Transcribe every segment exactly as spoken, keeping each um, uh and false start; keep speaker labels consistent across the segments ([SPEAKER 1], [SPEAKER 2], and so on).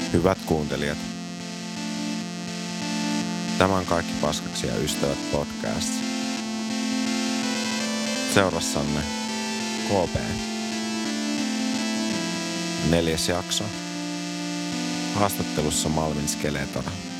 [SPEAKER 1] Hyvät kuuntelijat, tämä on Kaikki paskaksi ja ystävät podcast. Seurassanne K P. Neljäs jakso. Haastattelussa Malmin Skeletor.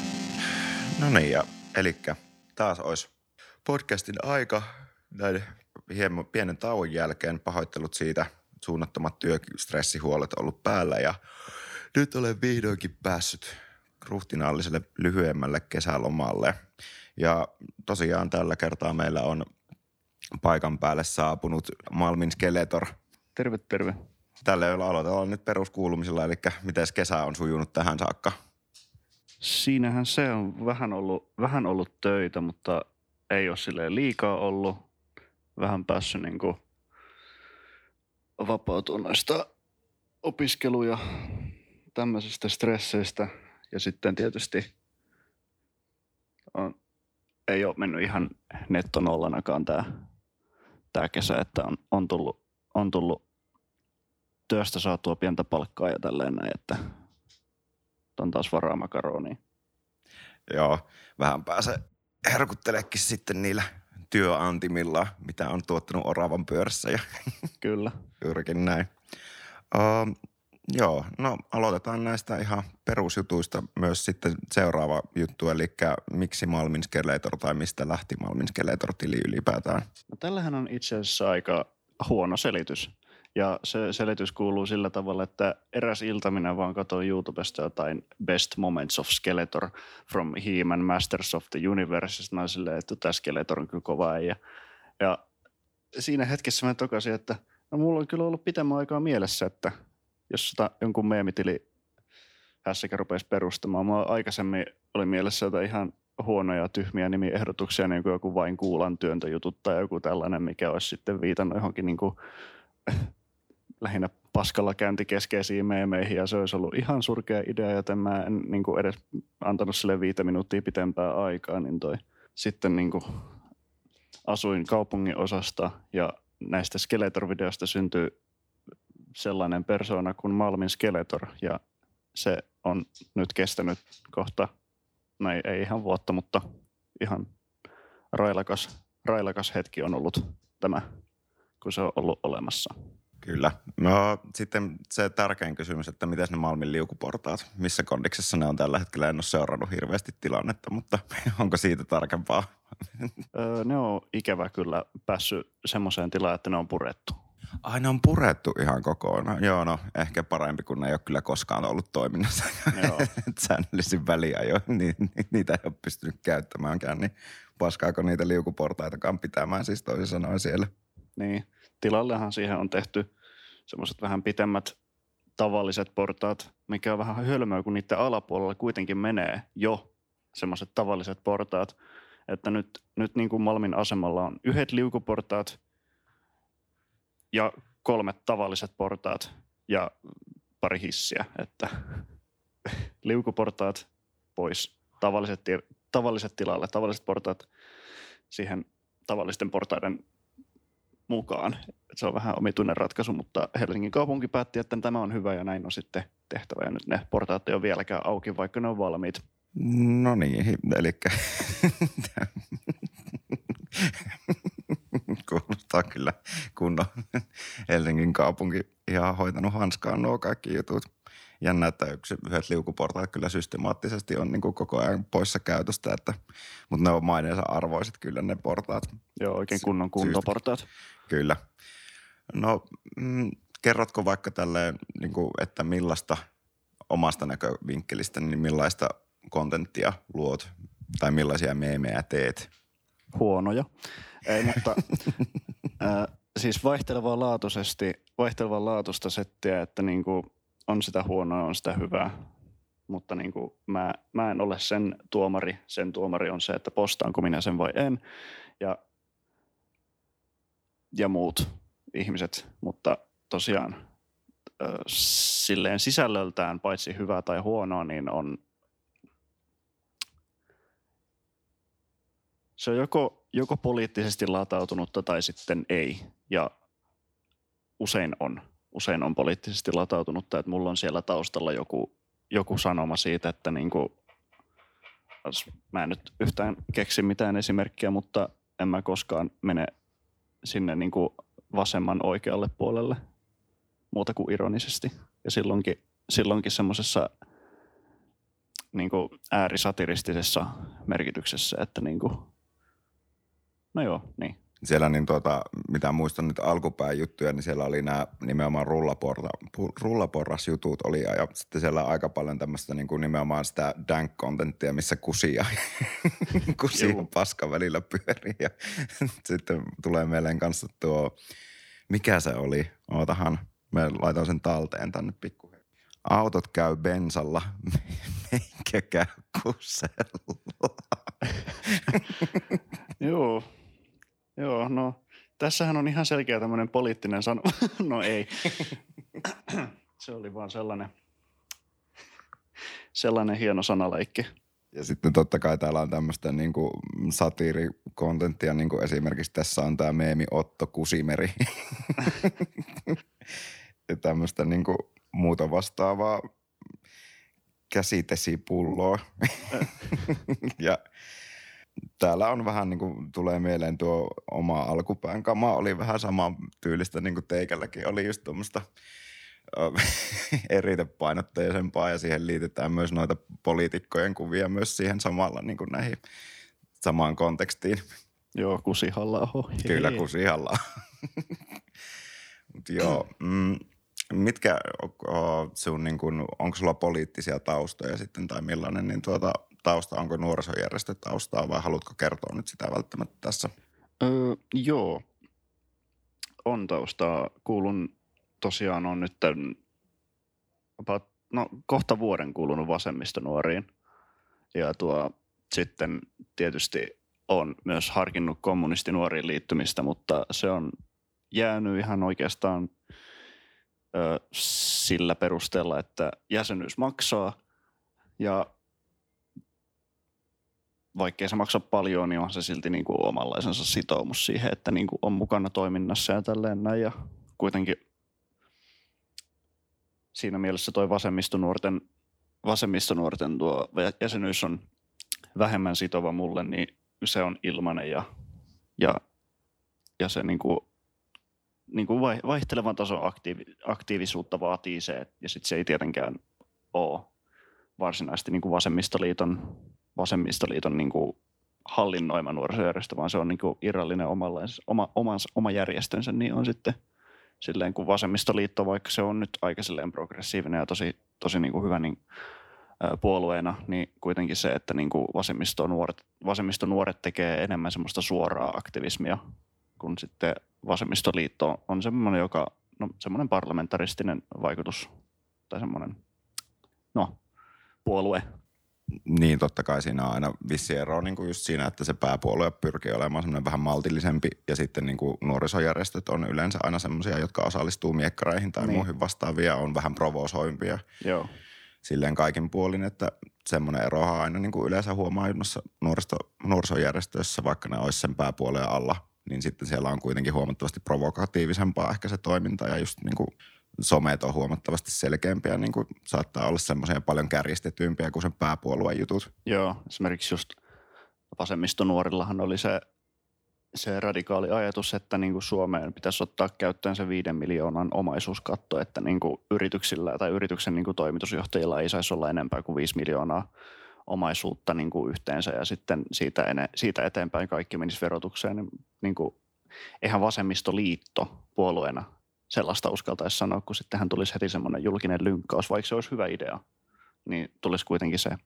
[SPEAKER 2] No niin, ja elikkä taas olisi podcastin aika näiden hieman pienen tauon jälkeen. Pahoittelut siitä, suunnattomat työstressihuolet ollut päällä ja nyt olen vihdoinkin päässyt ruhtinaalliselle lyhyemmälle kesälomalle. Ja tosiaan tällä kertaa meillä on paikan päälle saapunut Malmin Skeletor.
[SPEAKER 3] Terve, terve.
[SPEAKER 2] Tällä jolla aloitellaan nyt peruskuulumisella, eli miten kesä on sujunut tähän saakka?
[SPEAKER 3] Siinähän se on vähän ollut, vähän ollut töitä, mutta ei ole silleen liikaa ollut. Vähän päässyt niin kuin vapautua noista opiskelu- ja tämmöisistä stresseistä. Ja sitten tietysti on, ei ole mennyt ihan nettonollanakaan tämä, tämä kesä, että on, on, tullut, on tullut työstä saatua pientä palkkaa ja tälleen näin, että on taas varaa makaroniin.
[SPEAKER 2] Joo, vähän pääsee herkutteleekin sitten niillä työantimilla, mitä on tuottanut oravan pyörässä ja
[SPEAKER 3] Kyllä.
[SPEAKER 2] juurikin näin. Uh, joo, no aloitetaan näistä ihan perusjutuista myös sitten seuraava juttu, eli miksi Malmin Skeletor tai mistä lähti Malmin Skeletor-tili ylipäätään?
[SPEAKER 3] No, tällähän on itse asiassa aika huono selitys. Ja se selitys kuuluu sillä tavalla, että eräs ilta minä vaan katsoin YouTubesta jotain Best Moments of Skeletor from He-Man Masters of the Universe. Sitten mä silleen, että tämä Skeletor on kyllä kova äijä. Ja siinä hetkessä mä tokasin, että no, mulla on kyllä ollut pitemmän aikaa mielessä, että jos sitä jonkun meemitili hässäkä rupesi perustamaan. Mulla aikaisemmin oli mielessä jotain ihan huonoja, tyhmiä nimiehdotuksia, niin kuin joku vain kuulan työntöjutut tai joku tällainen, mikä olisi sitten viitannut johonkin niin kuin lähinnä paskalla käyntikeskeisiin meemeihin, ja se olisi ollut ihan surkea idea, joten mä en niin kuin edes antanut sille viitä minuuttia pitempää aikaa, niin toi sitten niin kuin asuin kaupungin osasta, ja näistä Skeletor-videoista syntyi sellainen persoona kuin Malmin Skeletor, ja se on nyt kestänyt kohta, no ei, ei ihan vuotta, mutta ihan railakas, railakas hetki on ollut tämä, kun se on ollut olemassa.
[SPEAKER 2] Kyllä. No sitten se tärkein kysymys, että miten ne Malmin liukuportaat, missä kondiksessa ne on tällä hetkellä, en ole seurannut hirveästi tilannetta, mutta onko siitä tarkempaa?
[SPEAKER 3] Öö, ne on ikävä kyllä päässyt semmoiseen tilaan, että ne on purettu.
[SPEAKER 2] Ai ne on purettu ihan kokonaan. Joo, no ehkä parempi, kun ne ei ole kyllä koskaan ollut toiminnassa.
[SPEAKER 3] Joo.
[SPEAKER 2] Säännöllisin väliajoin, niin, niin niitä ei ole pystynyt käyttämäänkään, niin paskaako niitä liukuportaitakaan pitämään siis toisin sanoen siellä.
[SPEAKER 3] Niin, tilallehan siihen on tehty semmoiset vähän pitemmät tavalliset portaat, mikä on vähän hölmöä, kun niiden alapuolella kuitenkin menee jo semmoiset tavalliset portaat. Että nyt, nyt niin kuin Malmin asemalla on yhdet liukuportaat ja kolme tavalliset portaat ja pari hissiä. Että liukuportaat pois, tavalliset, tavalliset tilalle, tavalliset portaat siihen tavallisten portaiden mukaan. Se on vähän omituinen ratkaisu, mutta Helsingin kaupunki päätti, että tämä on hyvä ja näin on sitten tehtävä. Ja nyt ne portaat ei ole vieläkään auki, vaikka ne on valmiit.
[SPEAKER 2] No niin, eli kuulostaa kyllä kunnon Helsingin kaupunki ihan hoitanut hanskaan nuo kaikki jutut. Jännä, että yhdet liukuportaat kyllä systemaattisesti on niin kuin koko ajan poissa käytöstä, että, mutta ne on maineensa arvoiset kyllä ne portaat.
[SPEAKER 3] Joo, oikein kunnon kuntoportaat.
[SPEAKER 2] Kyllä. No mm, kerrotko vaikka tälleen, niin kuin, että millaista omasta näkövinkkelistä, niin millaista kontenttia luot tai millaisia meemejä teet?
[SPEAKER 3] Huonoja. Ei, mutta äh, siis vaihtelevaa laatuisesti, vaihtelevaa laatusta settiä, että niin kuin on sitä huonoa, on sitä hyvää. Mutta niin kuin mä, mä en ole sen tuomari. Sen tuomari on se, että postaanko minä sen vai en. Ja, ja muut ihmiset. Mutta tosiaan äh, silleen sisällöltään paitsi hyvää tai huonoa, niin on se on joko, joko poliittisesti latautunutta tai sitten ei. Ja usein on. Usein on poliittisesti latautunutta, että mulla on siellä taustalla joku joku sanoma siitä, että niin kuin, mä en nyt yhtään keksi mitään esimerkkiä, mutta en mä koskaan mene sinne niin kuin vasemman oikealle puolelle muuta kuin ironisesti. Ja silloinkin, silloinkin semmoisessa niin kuin äärisatiristisessa merkityksessä, että niin kuin, no joo, niin.
[SPEAKER 2] Siellä niin tuota, mitä muistan nyt alkupään juttuja, niin siellä oli nämä nimenomaan rullaporra, rullaporrasjutut oli ja sitten siellä on aika paljon tämmöistä niin kuin nimenomaan sitä dank-contenttia, missä kusia, kusia paska välillä pyörii ja sitten tulee mieleen kanssa tuo, mikä se oli, ootahan, mä laitan sen talteen tänne pikkuhiljaa. Autot käy bensalla, meikä käy kusella.
[SPEAKER 3] Joo. Joo, no tässähän on ihan selkeä tämmöinen poliittinen sano. No ei. Se oli vaan sellainen, sellainen hieno sanaleikki.
[SPEAKER 2] Ja sitten totta kai täällä on tämmöistä niin kuin satiirikontenttia, niin kuin esimerkiksi tässä on tämä meemi Otto Kusimeri. Ja tämmöistä niin kuin muuta vastaavaa käsitesipulloa. Ja täällä on vähän niin kuin tulee mieleen tuo oma alkupään kama. Oli vähän sama tyylistä niin kuin teikälläkin. Oli just tuommoista eritepainotteisempaa ja siihen liitetään myös noita poliitikkojen kuvia myös siihen samalla niin kuin näihin samaan kontekstiin.
[SPEAKER 3] Joo, Kusi Halla-aho.
[SPEAKER 2] Kyllä, Kusi Halla-aho. Mut joo, mm, mitkä on sun niin kuin, onko sulla poliittisia taustoja sitten tai millainen niin tuota tausta, onko nuorisojärjestötaustaa vai haluatko kertoa nyt sitä välttämättä tässä?
[SPEAKER 3] Öö, joo, on taustaa. Kuulun tosiaan on nyt about, no, kohta vuoden kuulunut vasemmistonuoriin ja tuo sitten tietysti on myös harkinnut kommunistinuoriin liittymistä, mutta se on jäänyt ihan oikeastaan ö, sillä perusteella, että jäsenyys maksaa ja vaikkei se maksa paljon, niin on se silti niin kuin omanlaisensa sitoumus siihen, että niin kuin on mukana toiminnassa ja tälleen näin. Ja kuitenkin siinä mielessä toi vasemmistonuorten, vasemmistonuorten tuo jäsenyys on vähemmän sitova mulle, niin se on ilmainen ja, ja, ja se niin kuin, niin kuin vaihtelevan tason aktiivi, aktiivisuutta vaatii se, ja sitten se ei tietenkään ole varsinaisesti niin kuin vasemmistoliiton vasemmistoliiton niin kuin hallinnoima nuorisojärjestö, vaan se on niin kuin irrallinen oma, oma, oma järjestönsä, niin on sitten silleen kuin vasemmistoliitto, vaikka se on nyt aika silleen progressiivinen ja tosi, tosi niin kuin hyvä niin, ää, puolueena, niin kuitenkin se, että niin kuin vasemmistonuoret, vasemmistonuoret tekee enemmän semmoista suoraa aktivismia, kun sitten vasemmistoliitto on semmoinen, joka, no semmoinen parlamentaristinen vaikutus tai semmoinen, no, puolue.
[SPEAKER 2] Niin, totta kai siinä on aina vissi ero niin kuin just siinä, että se pääpuolue pyrkii olemaan semmoinen vähän maltillisempi ja sitten niin kuin nuorisojärjestöt on yleensä aina semmoisia, jotka osallistuu miekkareihin tai niin. muihin vastaavia, on vähän provosoimpia.
[SPEAKER 3] Joo.
[SPEAKER 2] Silleen kaikin puolin, että semmoinen erohan aina niin kuin yleensä huomaa noissa nuorisojärjestöissä, vaikka ne olisi sen pääpuolueen alla, niin sitten siellä on kuitenkin huomattavasti provokatiivisempaa ehkä se toiminta ja just niin kuin somet on huomattavasti selkeämpiä, niin kuin saattaa olla semmoisia paljon kärjistetyimpiä kuin sen pääpuolueen jutut.
[SPEAKER 3] Joo, esimerkiksi just vasemmistonuorillahan oli se, se radikaali ajatus, että niin kuin Suomeen pitäisi ottaa käyttöön se viiden miljoonan omaisuuskatto, että niin kuin yrityksillä tai yrityksen niin kuin toimitusjohtajilla ei saisi olla enempää kuin viisi miljoonaa omaisuutta niin kuin yhteensä ja sitten siitä, ene, siitä eteenpäin kaikki menisi verotukseen. Niin, niin kuin, eihän vasemmistoliitto puolueena sellaista uskaltaisi sanoa, kun sittenhän tulisi heti semmoinen julkinen lynkkaus, vaikka se olisi hyvä idea, niin tulisi kuitenkin se,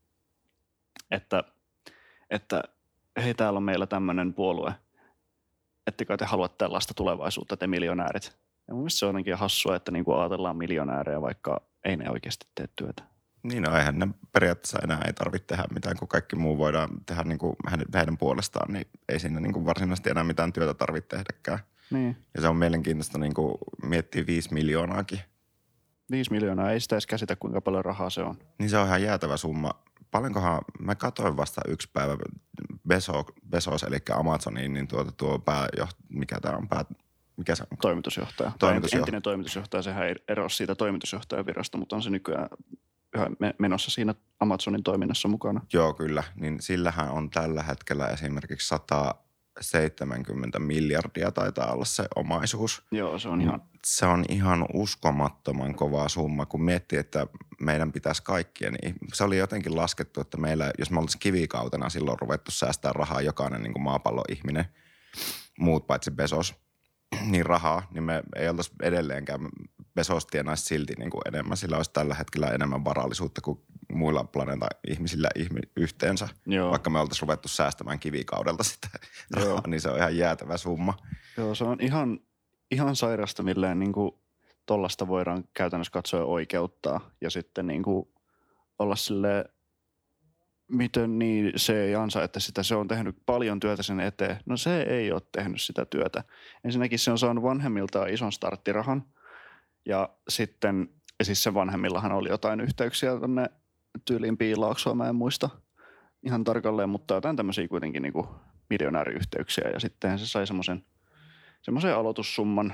[SPEAKER 3] että, että hei, täällä on meillä tämmöinen puolue, ettekö te halua tällaista tulevaisuutta, te miljonäärit. Ja mun mielestä se on jotenkin hassua, että niin kuin ajatellaan miljonäärejä, vaikka ei ne oikeasti tee työtä.
[SPEAKER 2] Niin, no eihän ne periaatteessa enää ei tarvitse tehdä mitään, kun kaikki muu voidaan tehdä niin kuin heidän puolestaan, niin ei siinä niin kuin varsinaisesti enää mitään työtä tarvitse tehdäkään.
[SPEAKER 3] Niin.
[SPEAKER 2] Ja se on mielenkiintoista niin kuin miettiä viisi miljoonaakin.
[SPEAKER 3] Viisi miljoonaa, ei sitä edes käsitä, kuinka paljon rahaa se on.
[SPEAKER 2] Niin se on ihan jäätävä summa. Paljonkohan, mä katsoin vasta yksi päivä Bezos, Bezos eli Amazoniin, niin tuota tuo pääjohtaja, mikä tämä on, pää, mikä se on?
[SPEAKER 3] Toimitusjohtaja.
[SPEAKER 2] Toimitusjohtaja.
[SPEAKER 3] Entinen toimitusjohtaja, sehän ei eroa siitä toimitusjohtajan virasta, mutta on se nykyään yhä menossa siinä Amazonin toiminnassa mukana.
[SPEAKER 2] Joo, kyllä. Niin sillähän on tällä hetkellä esimerkiksi sata seitsemänkymmentä miljardia taitaa olla se omaisuus.
[SPEAKER 3] Joo, se on ihan...
[SPEAKER 2] Se on ihan uskomattoman kova summa, kun miettii, että meidän pitäisi kaikkien, niin se oli jotenkin laskettu, että meillä, jos me oltaisiin kivikautena silloin ruvettu säästää rahaa jokainen niin kuin maapallon ihminen, muut paitsi Bezos, niin rahaa, niin me ei oltaisi edelleenkään, Bezos tienaisi silti niin kuin enemmän, sillä olisi tällä hetkellä enemmän varallisuutta kuin muilla planeetan ihmisillä yhteensä. Joo. Vaikka me oltaisiin ruvettu säästämään kivikaudelta sitä rahaa, Joo. niin se on ihan jäätävä summa.
[SPEAKER 3] Joo, se on ihan, ihan sairasta, milleen niin kuin tollasta voidaan käytännössä katsoa oikeuttaa ja sitten niin kuin olla silleen, miten niin se ei ansaitse sitä, se on tehnyt paljon työtä sen eteen. No se ei ole tehnyt sitä työtä. Ensinnäkin se on saanut vanhemmiltaan ison starttirahan ja sitten, ja siis se vanhemmillahan oli jotain yhteyksiä tonne tyyliin Piilaaksoa, mä en muista ihan tarkalleen, mutta jotain tämmöisiä kuitenkin niin kuin miljonääriyhteyksiä ja sitten se sai semmoisen semmoisen aloitussumman.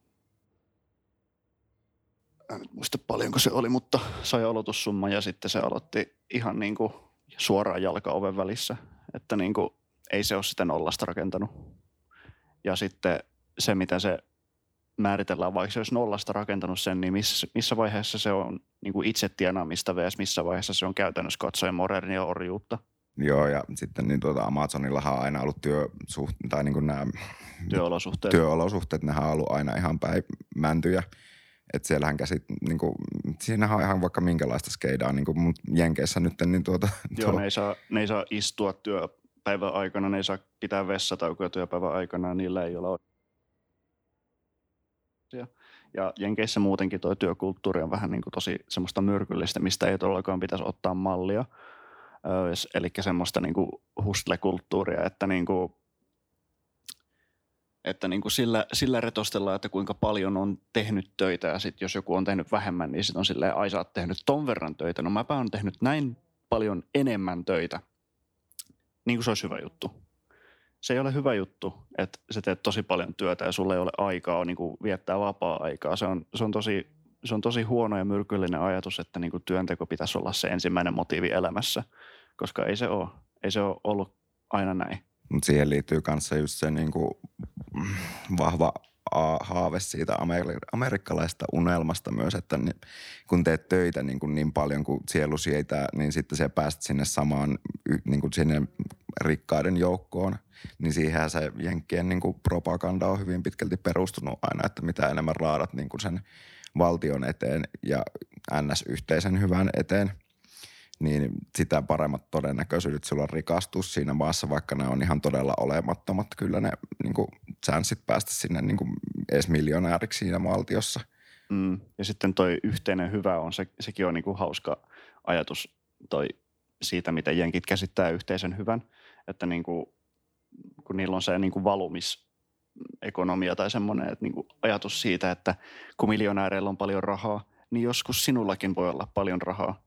[SPEAKER 3] En nyt muista paljonko se oli, mutta sai aloitussumman ja sitten se aloitti ihan niin kuin suoraan jalka oven välissä, että niin kuin ei se ole sitä nollasta rakentanut. Ja sitten se, mitä se määritellään, vaikka se olisi nollasta rakentanut sen, niin missä, missä vaiheessa se on niin kuin itse tienaamista vs. missä vaiheessa se on käytännössä katsoen modernia orjuutta.
[SPEAKER 2] Joo, ja sitten niin tuota Amazonillahan on aina ollut työsuht, tai niin kuin nämä
[SPEAKER 3] työolosuhteet.
[SPEAKER 2] työolosuhteet, nehän on ollut aina ihan päin mäntyjä. Että siellähän käsit, niin kuin, siinähän on ihan vaikka minkälaista skeidaa, niin kuin mut Jenkeissä nyt, niin tuota...
[SPEAKER 3] Joo, tuo... ne, ei saa, ne ei saa istua työpäivän aikana, ne ei saa pitää vessataukoja työpäivän aikana, niillä ei ole... Ja Jenkeissä muutenkin tuo työkulttuuri on vähän niin kuin tosi semmoista myrkyllistä, mistä ei todellakaan pitäisi ottaa mallia. Öö, eli semmoista niin kuin hustle-kulttuuria, että niin kuin että niin kuin sillä, sillä retostellaan, että kuinka paljon on tehnyt töitä ja sitten jos joku on tehnyt vähemmän, niin sitten on silleen, ai sä oot tehnyt ton verran töitä. No mäpä on tehnyt näin paljon enemmän töitä, niin kuin se olisi hyvä juttu. Se ei ole hyvä juttu, että sä teet tosi paljon työtä ja sulla ei ole aikaa niin kuin viettää vapaa-aikaa. Se on, se on, tosi, se on tosi huono ja myrkyllinen ajatus, että niin kuin työnteko pitäisi olla se ensimmäinen motiivi elämässä, koska ei se ole. Ei se ole ollut aina näin.
[SPEAKER 2] Mutta siihen liittyy kanssa just se niinku vahva haave siitä amer- amerikkalaisesta unelmasta myös, että ni, kun teet töitä niin, kuin niin paljon kuin sielu sietää, niin sitten sä pääset sinne samaan niin kuin sinne rikkaiden joukkoon. Niin siihenhän se jenkkien niin kuin propaganda on hyvin pitkälti perustunut aina, että mitä enemmän raadat niin kuin sen valtion eteen ja N S-yhteisen hyvän eteen, niin sitä paremmat todennäköisyydet sulla on rikastua siinä maassa, vaikka ne on ihan todella olemattomat. Kyllä ne niin kuin chanssit päästä sinne niin kuin edes miljonääriksi siinä valtiossa.
[SPEAKER 3] Mm. Ja sitten toi yhteinen hyvä on, se, sekin on niin kuin hauska ajatus toi siitä, miten jenkit käsittää yhteisen hyvän. Että niin kuin, kun niillä on se niin kuin valumisekonomia tai semmoinen että niin kuin ajatus siitä, että kun miljonääreillä on paljon rahaa, niin joskus sinullakin voi olla paljon rahaa.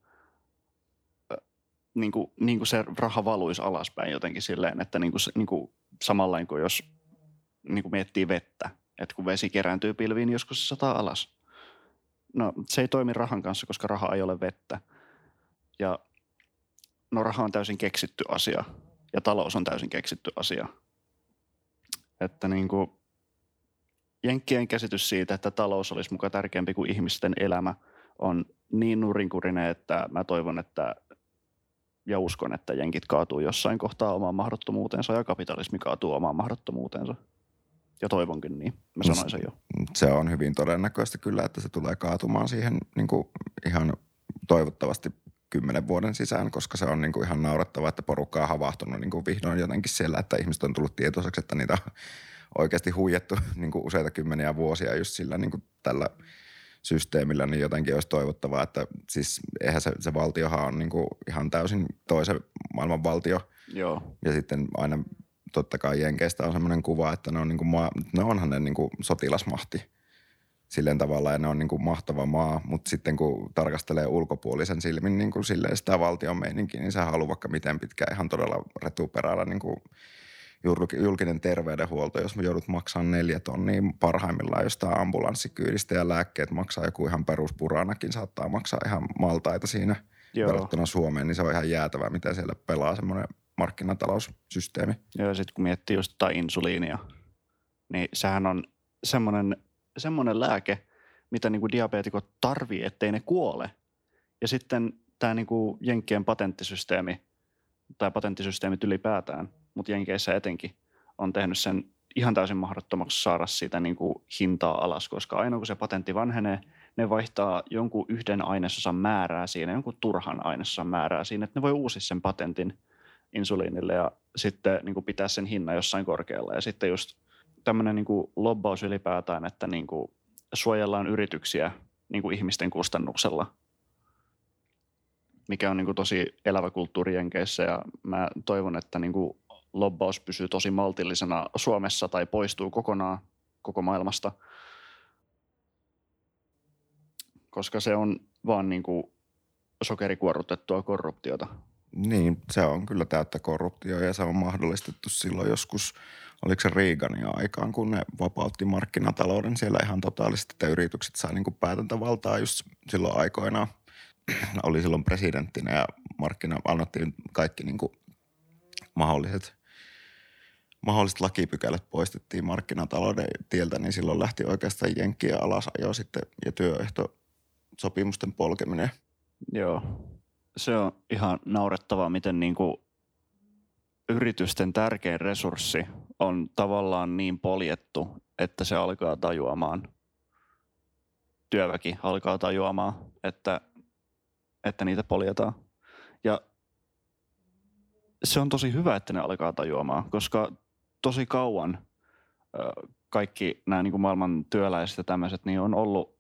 [SPEAKER 3] Niin kuin, niin kuin se raha valuisi alaspäin jotenkin silleen, että niin kuin, niin kuin samalla kuin jos niin kuin miettii vettä, että kun vesi kerääntyy pilviin, niin joskus se sataa alas. No se ei toimi rahan kanssa, koska raha ei ole vettä. Ja no raha on täysin keksitty asia ja talous on täysin keksitty asia. Että niin kuin jenkkien käsitys siitä, että talous olisi muka tärkeämpi kuin ihmisten elämä on niin nurinkurinen, että mä toivon, että ja uskon, että jenkit kaatuu jossain kohtaa omaan mahdottomuutensa ja kapitalismi kaatuu omaan mahdottomuutensa. Ja toivonkin niin. Mä sanoin sen jo.
[SPEAKER 2] Se on hyvin todennäköistä kyllä, että se tulee kaatumaan siihen niin kuin ihan toivottavasti kymmenen vuoden sisään, koska se on niin kuin ihan naurettavaa, että porukka on havahtunut niin kuin vihdoin jotenkin siellä, että ihmiset on tullut tietoiseksi, että niitä on oikeasti huijattu niin kuin useita kymmeniä vuosia just sillä niin kuin tällä systeemillä, niin jotenkin olisi toivottavaa, että siis eihän se, se valtiohan on niin kuin ihan täysin toisen maailman valtio.
[SPEAKER 3] Joo.
[SPEAKER 2] Ja sitten aina totta kai jenkeistä on semmoinen kuva, että ne on niin kuin maa, ne onhan ne niin kuin sotilasmahti silleen tavalla ja ne on niin kuin mahtava maa, mutta sitten kun tarkastelee ulkopuolisen silmin niin kuin silleen sitä valtion meininkiä, niin sehän on ollut vaikka miten pitkään ihan todella retuperällä niin kuin julkinen terveydenhuolto, jos me joudut maksamaan neljä tonnia parhaimmillaan jostain ambulanssikyydistä ja lääkkeet maksaa joku ihan peruspuranakin, saattaa maksaa ihan maltaita siinä Joo. verrattuna Suomeen, niin se on ihan jäätävää, miten siellä pelaa semmoinen markkinataloussysteemi.
[SPEAKER 3] Joo, ja sitten kun miettii just tai insuliinia, niin sehän on semmoinen, semmoinen lääke, mitä niinku diabeetikot tarvii, ettei ne kuole. Ja sitten tämä niinku Jenkkien patenttisysteemi, tai patenttisysteemit ylipäätään, mutta Jenkeissä etenkin, on tehnyt sen ihan täysin mahdottomaksi saada siitä niinku hintaa alas, koska aina kun se patentti vanhenee, ne vaihtaa jonkun yhden ainesosan määrää siinä, jonkun turhan ainesosan määrää siinä, että ne voi uusia sen patentin insuliinille ja sitten niin kuin pitää sen hinnan jossain korkealla. Ja sitten just tämmöinen niin kuin lobbaus ylipäätään, että niin kuin suojellaan yrityksiä niin kuin ihmisten kustannuksella, mikä on niin kuin tosi elävä kulttuuri Jenkeissä. Ja mä toivon, että niin kuin lobbaus pysyy tosi maltillisena Suomessa tai poistuu kokonaan koko maailmasta, koska se on vaan niin kuin sokerikuorrutettua korruptiota.
[SPEAKER 2] Niin, se on kyllä täyttä korruptio ja se on mahdollistettu silloin joskus, oliko se Reaganin aikaan, kun ne vapautti markkinatalouden siellä ihan totaalisesti, että yritykset sai niin kuin päätäntävaltaa just silloin aikoinaan. Oli silloin presidenttinä ja markkina annettiin kaikki niin kuin mahdolliset, mahdolliset lakipykälät poistettiin markkinatalouden tieltä, niin silloin lähti oikeastaan jenkkien alasajo sitten ja työehtosopimusten polkeminen.
[SPEAKER 3] Joo. Se on ihan naurettavaa, miten niin kuin yritysten tärkein resurssi on tavallaan niin poljettu, että se alkaa tajuamaan, työväki alkaa tajuamaan, että, että niitä poljetaan. Ja se on tosi hyvä, että ne alkaa tajuamaan, koska tosi kauan kaikki nämä niin kuin maailman työläiset ja tämmöiset niin on ollut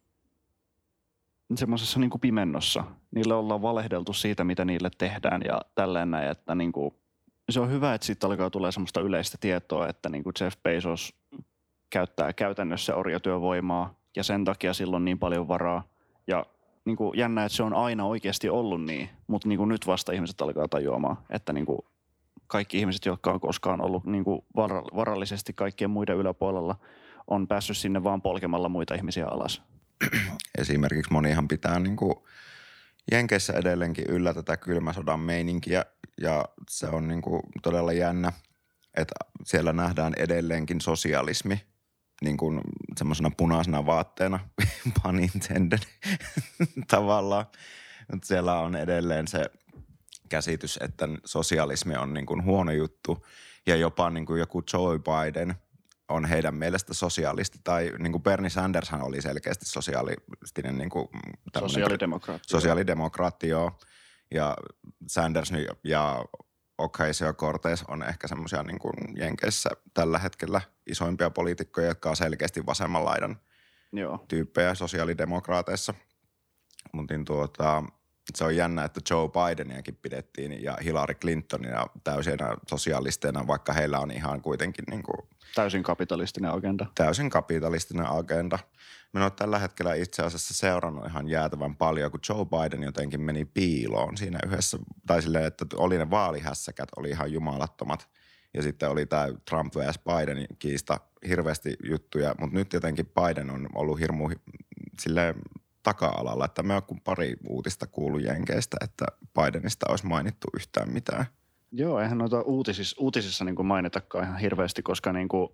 [SPEAKER 3] semmoisessa niin kuin pimennossa. Niille ollaan valehdeltu siitä, mitä niille tehdään ja tälleen näin, että niin kuin, se on hyvä, että siitä alkaa tulee semmoista yleistä tietoa, että niin kuin Jeff Bezos käyttää käytännössä orjatyövoimaa ja sen takia sillä on niin paljon varaa. Ja niin kuin jännä, että se on aina oikeasti ollut niin, mutta niin kuin nyt vasta ihmiset alkaa tajuamaan, että niin kuin kaikki ihmiset, jotka on koskaan ollut niin kuin varallisesti kaikkien muiden yläpuolella, on päässyt sinne vaan polkemalla muita ihmisiä alas.
[SPEAKER 2] Esimerkiksi monihan pitää niin kuin Jenkeissä edelleenkin yllä tätä kylmä sodan meininkiä ja se on niin kuin todella jännä, että siellä nähdään edelleenkin sosialismi niin kuin semmoisena punaisena vaatteena, pun intended, tavallaan. Mutta siellä on edelleen se käsitys, että sosialismi on niin kuin huono juttu ja jopa niin kuin joku Joe Biden on heidän mielestä sosialisti, tai niin kuin Bernie Sandershan oli selkeästi sosialistinen. Niin kuin
[SPEAKER 3] sosiaalidemokraatti.
[SPEAKER 2] Sosiaalidemokraatti, joo. Ja Sanders ja Ocasio-Cortez on ehkä semmoisia niin kuin Jenkeissä tällä hetkellä isoimpia poliitikkoja, jotka on selkeästi vasemman laidan
[SPEAKER 3] joo.
[SPEAKER 2] tyyppejä sosiaalidemokraateissa. Mutta niin tuota, se on jännä, että Joe Bideniakin pidettiin ja Hillary Clintonina täysinä sosialisteina, vaikka heillä on ihan kuitenkin niin kuin
[SPEAKER 3] täysin kapitalistinen agenda.
[SPEAKER 2] Täysin kapitalistinen agenda. Minä olen tällä hetkellä itse asiassa seurannut ihan jäätävän paljon, kun Joe Biden jotenkin meni piiloon siinä yhdessä, tai silleen, että oli ne vaalihässäkät, oli ihan jumalattomat. Ja sitten oli tämä Trump versus Biden kiista hirveästi juttuja, mutta nyt jotenkin Biden on ollut hirmu silleen taka-alalla, että me on pari uutista kuullut Jenkeistä, että Bidenista olisi mainittu yhtään mitään.
[SPEAKER 3] Joo, eihän noita uutisissa, uutisissa niin kuin mainitakaan ihan hirveästi, koska niin kuin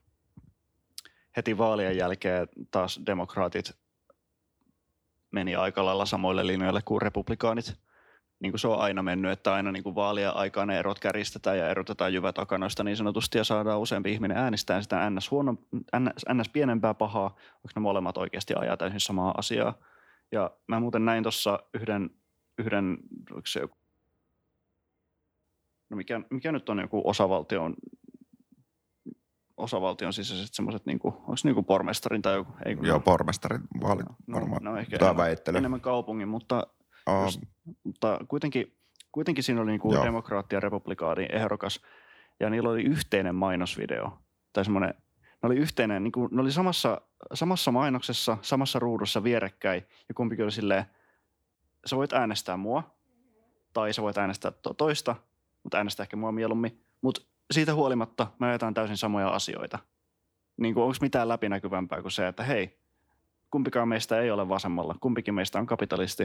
[SPEAKER 3] heti vaalien jälkeen taas demokraatit meni aika lailla samoille linjoille kuin republikaanit. Niin kuin se on aina mennyt, että aina niin kuin vaalien aikaan ne erot käristetään ja erotetaan jyvät akanoista niin sanotusti ja saadaan useampi ihminen äänestää sitä ns. Huono, ns. Pienempää pahaa, vaikka ne molemmat oikeasti ajaa täysin samaa asiaa. Ja mä muuten näin tuossa yhden, yhden se joku, no mikä, mikä nyt on joku osavaltion, osavaltion sisäiset semmoiset, niinku, onko se niinku pormestarin tai joku? Ei,
[SPEAKER 2] Joo, pormestarin vaalit
[SPEAKER 3] no,
[SPEAKER 2] varmaan.
[SPEAKER 3] No, ehkä
[SPEAKER 2] Tämä
[SPEAKER 3] enemmän,
[SPEAKER 2] väittely.
[SPEAKER 3] enemmän kaupungin, mutta,
[SPEAKER 2] Oh.
[SPEAKER 3] just, mutta kuitenkin, kuitenkin siinä oli niinku demokraatti ja republikaani ehdokas ja niillä oli yhteinen mainosvideo tai semmoinen, ne oli yhteinen, niinku, ne oli samassa, samassa mainoksessa, samassa ruudussa vierekkäin ja kumpikin oli silleen, sä voit äänestää mua tai sä voit äänestää to- toista, mutta äänestää ehkä mua mieluummin, mutta siitä huolimatta me ajetaan täysin samoja asioita. Niin kuin onko mitään läpinäkyvämpää kuin se, että hei, kumpikaan meistä ei ole vasemmalla, kumpikin meistä on kapitalisti.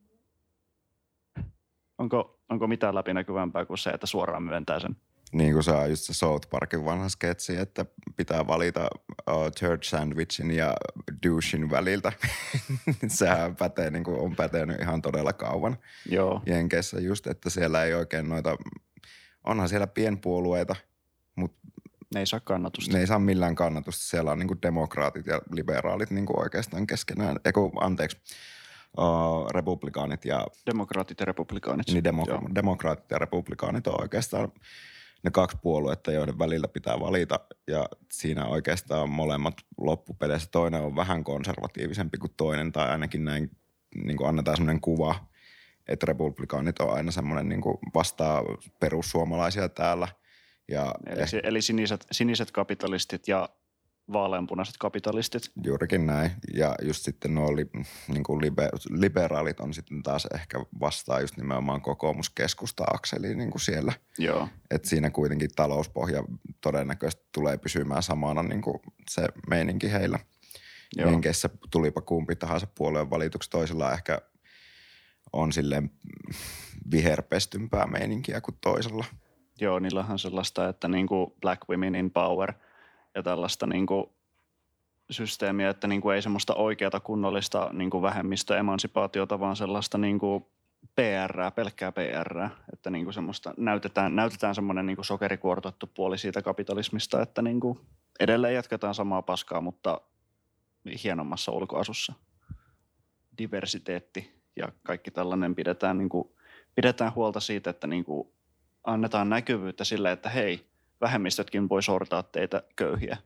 [SPEAKER 3] Onko, onko mitään läpinäkyvämpää kuin se, että suoraan myöntää sen?
[SPEAKER 2] Niin kuin se on just se South Parkin vanha sketsi, että pitää valita uh, church sandwichin ja douchin väliltä. Sehän pätee, niin kuin on pätenyt ihan todella kauan.
[SPEAKER 3] Joo.
[SPEAKER 2] Jenkeissä just, että siellä ei oikein noita, onhan siellä pienpuolueita, mutta
[SPEAKER 3] ne ei saa kannatusta.
[SPEAKER 2] Ne ei saa millään kannatusta. Siellä on niin kuin demokraatit ja liberaalit niin kuin oikeastaan keskenään, eiku, anteeksi, uh, republikaanit ja...
[SPEAKER 3] Demokraatit ja republikaanit.
[SPEAKER 2] Niin demok- demokraatit ja republikaanit on oikeastaan ne kaksi puoluetta, joiden välillä pitää valita, ja siinä oikeastaan molemmat loppupeleissä. Toinen on vähän konservatiivisempi kuin toinen, tai ainakin näin niin kuin annetaan semmoinen kuva, että republikaanit on aina semmoinen niin kuin vastaa perussuomalaisia täällä. Ja
[SPEAKER 3] eli
[SPEAKER 2] eh,
[SPEAKER 3] eli siniset, siniset kapitalistit ja vaaleanpunaiset kapitalistit.
[SPEAKER 2] Juurikin näin. Ja just sitten nuo li, niin kuin liber, liberaalit on sitten taas ehkä vastaa just nimenomaan kokoomuskeskusta-akseliin niin kuin siellä.
[SPEAKER 3] Joo.
[SPEAKER 2] Että siinä kuitenkin talouspohja todennäköisesti tulee pysymään samana niin kuin se meininki heillä. Jenkeissä tulipa kumpi tahansa puolueen valituksi, toisilla ehkä on silleen viherpestympää meininkiä kuin toisella.
[SPEAKER 3] Joo, niillähän on sellaista, että niinku black women in power ja tällaista niinku systeemiä, että niinku ei semmoista oikeata kunnollista niinku vähemmistöemansipaatiota, vaan sellaista niinku P R, pelkkää P R, että niinku semmoista näytetään, näytetään semmoinen niinku sokerikuortoittu puoli siitä kapitalismista, että niinku edelleen jatketaan samaa paskaa, mutta hienommassa ulkoasussa. Diversiteetti ja kaikki tällainen pidetään, niinku, pidetään huolta siitä, että niinku annetaan näkyvyyttä sille, että hei, vähemmistötkin voi sortaa teitä köyhiä.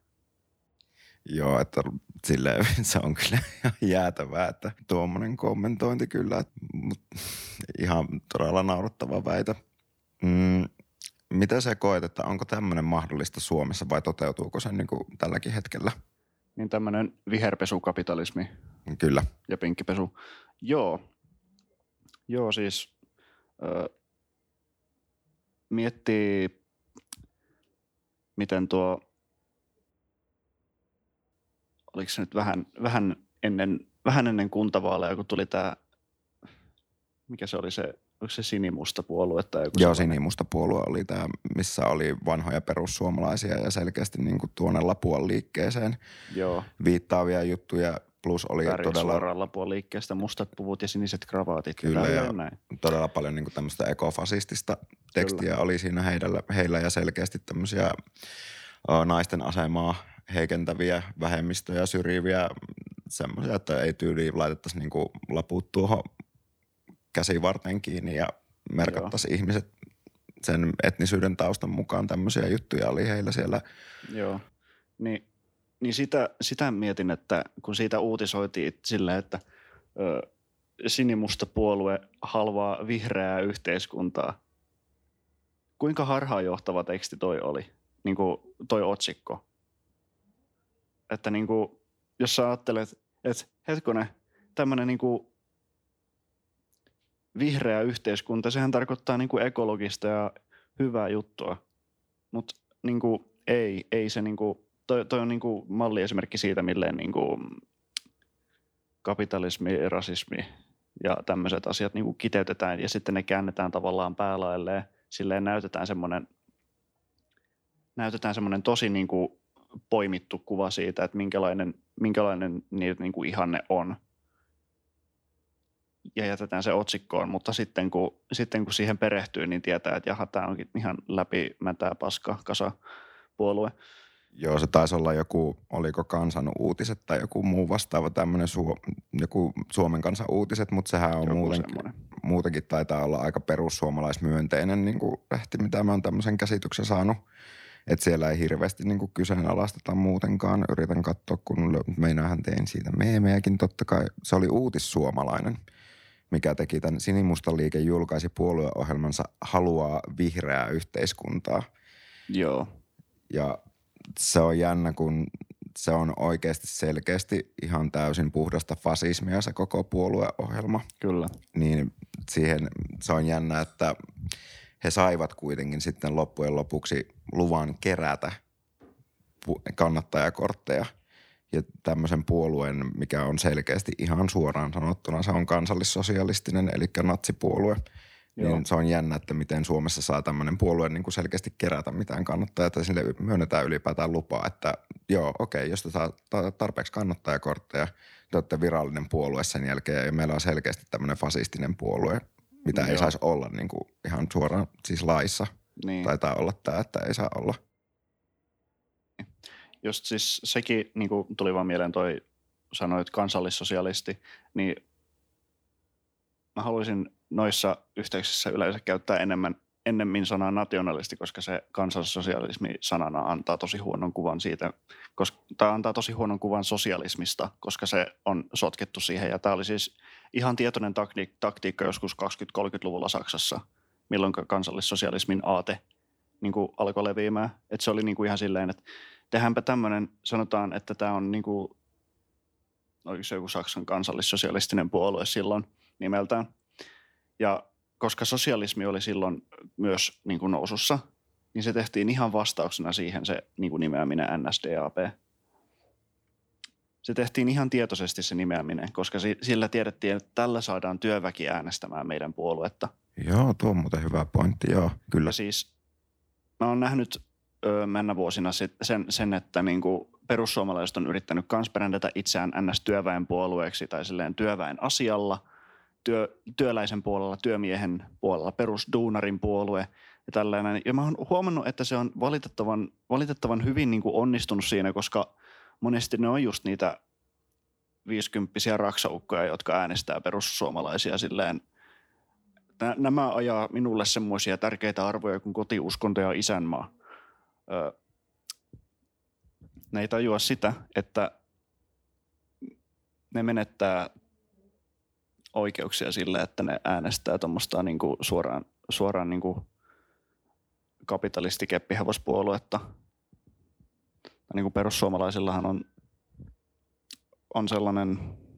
[SPEAKER 2] Joo, että silleen se on kyllä jäätävää, että tuommoinen kommentointi kyllä, mutta ihan todella naurettava väitä. Mm, mitä sä koet, että onko tämmöinen mahdollista Suomessa vai toteutuuko se niin kuin tälläkin hetkellä?
[SPEAKER 3] Niin tämmöinen viherpesukapitalismi.
[SPEAKER 2] Kyllä.
[SPEAKER 3] Ja pinkkipesu. Joo. Joo, siis ö, miettii, miten tuo, oliko se nyt vähän, vähän, ennen, vähän ennen kuntavaaleja, kun tuli tämä, mikä se oli se, oliko se sinimusta puolue? Tai joku
[SPEAKER 2] Joo, sinimusta puolue oli tämä, missä oli vanhoja perussuomalaisia ja selkeästi niin kuin tuonne Lapuan liikkeeseen
[SPEAKER 3] Joo.
[SPEAKER 2] viittaavia juttuja. Plus oli
[SPEAKER 3] Värit
[SPEAKER 2] todella...
[SPEAKER 3] suoraan Lapuan liikkeestä, mustat puvut ja siniset kravaatit.
[SPEAKER 2] Kyllä,
[SPEAKER 3] ja,
[SPEAKER 2] ja
[SPEAKER 3] näin.
[SPEAKER 2] todella paljon niin kuin tämmöistä ekofasistista tekstiä Kyllä. oli siinä heillä, heillä ja selkeästi tämmöisiä o, naisten asemaa heikentäviä, vähemmistöjä, syrjiviä, semmoisia, että ei tyyliin laitettaisi niin kuin laput tuohon käsivarten kiinni ja merkattaisiin ihmiset sen etnisyyden taustan mukaan. Tämmöisiä juttuja oli heillä siellä.
[SPEAKER 3] Joo, niin, niin sitä, sitä mietin, että kun siitä uutisoitiin silleen, että ö, sinimusta puolue halvaa vihreää yhteiskuntaa. Kuinka harhaanjohtava teksti toi oli, niin kuin toi otsikko? Että niin kuin, jos sä ajattelet, että hetkonen, tämmöinen niin kuin vihreä yhteiskunta, sehän tarkoittaa niin kuin ekologista ja hyvää juttua. Mutta niin kuin ei, ei se niin kuin, toi, toi on niin kuin malliesimerkki siitä, milleen niin kuin kapitalismi, rasismi ja tämmöiset asiat niin kuin kiteytetään ja sitten ne käännetään tavallaan päälailleen. Silleen näytetään semmoinen, näytetään semmoinen tosi niin kuin poimittu kuva siitä, että minkälainen, minkälainen niitä niin kuin ihanne on. Ja jätetään se otsikkoon, mutta sitten kun, sitten kun siihen perehtyy, niin tietää, että jaha, tämä onkin ihan läpimätää paska kasa puolue.
[SPEAKER 2] Joo, se taisi olla joku, oliko Kansan uutiset tai joku muu vastaava tämmöinen Suo, joku Suomen Kansan uutiset, mutta sehän on muutenkin, muutenkin taitaa olla aika perussuomalaismyönteinen niin kuin lehti, mitä mä oon tämmöisen käsityksen saanut. Että siellä ei hirveästi niin kuin kyseenalaisteta muutenkaan. Yritän katsoa, kun meinaahan tein siitä meemejäkin totta kai. Se oli Uutissuomalainen, mikä teki tämän Sinimustan liike julkaisi puolueohjelmansa Haluaa vihreää yhteiskuntaa.
[SPEAKER 3] Joo.
[SPEAKER 2] Ja se on jännä, kun se on oikeasti selkeästi ihan täysin puhdasta fasismia se koko puolueohjelma.
[SPEAKER 3] Kyllä.
[SPEAKER 2] Niin siihen se on jännä, että he saivat kuitenkin sitten loppujen lopuksi luvan kerätä kannattajakortteja. Ja tämmöisen puolueen, mikä on selkeästi ihan suoraan sanottuna, se on kansallissosialistinen, eli natsipuolue. Joo. Niin se on jännä, että miten Suomessa saa tämmöinen puolue niin kuin selkeästi kerätä mitään kannattajaa, että sille myönnetään ylipäätään lupaa, että joo, okei, jos te saa tarpeeksi kannattajakortteja, te olette virallinen puolue sen jälkeen ja meillä on selkeästi tämmöinen fasistinen puolue, mitä joo. ei saisi olla niin kuin ihan suoraan siis laissa. Niin. Taitaa olla tämä, että ei saa olla.
[SPEAKER 3] Just siis sekin niin kuin tuli vaan mieleen toi sanoit kansallissosialisti, niin mä haluaisin noissa yhteyksissä yleensä käyttää enemmän, ennemmin sanaa nationalisti, koska se kansallissosialismi sanana antaa tosi huonon kuvan siitä, koska, tai antaa tosi huonon kuvan sosialismista, koska se on sotkettu siihen. Ja tämä oli siis ihan tietoinen takti- taktiikka joskus kaksikymmentä-kolmekymmentäluvulla Saksassa, milloin kansallissosialismin aate niin kuin alkoi leviämään. Että se oli niin kuin ihan silleen, että tehdäänpä tämmöinen, sanotaan, että tämä on niin kuin, oliko se joku Saksan kansallissosialistinen puolue silloin nimeltään. Ja koska sosialismi oli silloin myös niin kuin nousussa, niin se tehtiin ihan vastauksena siihen se niin kuin nimeäminen N S D A P. Se tehtiin ihan tietoisesti se nimeäminen, koska sillä tiedettiin, että tällä saadaan työväki äänestämään meidän puoluetta.
[SPEAKER 2] Joo, tuo on muuten hyvä pointti, joo, kyllä.
[SPEAKER 3] Ja siis mä oon nähnyt öö, mennä vuosina sit sen, sen, että niin kuin perussuomalaiset on yrittänyt kans brändätä itseään N S-työväen puolueeksi tai silleen työväen asialla, työ, työläisen puolella, työmiehen puolella, perusduunarin puolue ja tällainen. Ja mä oon huomannut, että se on valitettavan, valitettavan hyvin niin kuin onnistunut siinä, koska monesti ne on just niitä viisikymppisiä raksaukkoja, jotka äänestää perussuomalaisia silleen. Nämä ajaa minulle semmoisia tärkeitä arvoja kuin kotiuskonto ja isänmaa. Öö, ne ei tajua sitä, että ne menettää oikeuksia sille, että ne äänestää tuommoista niinku suoraan, suoraan niinku kapitalistikeppihavospuoluetta. Niinku perussuomalaisillahan on, on sellainen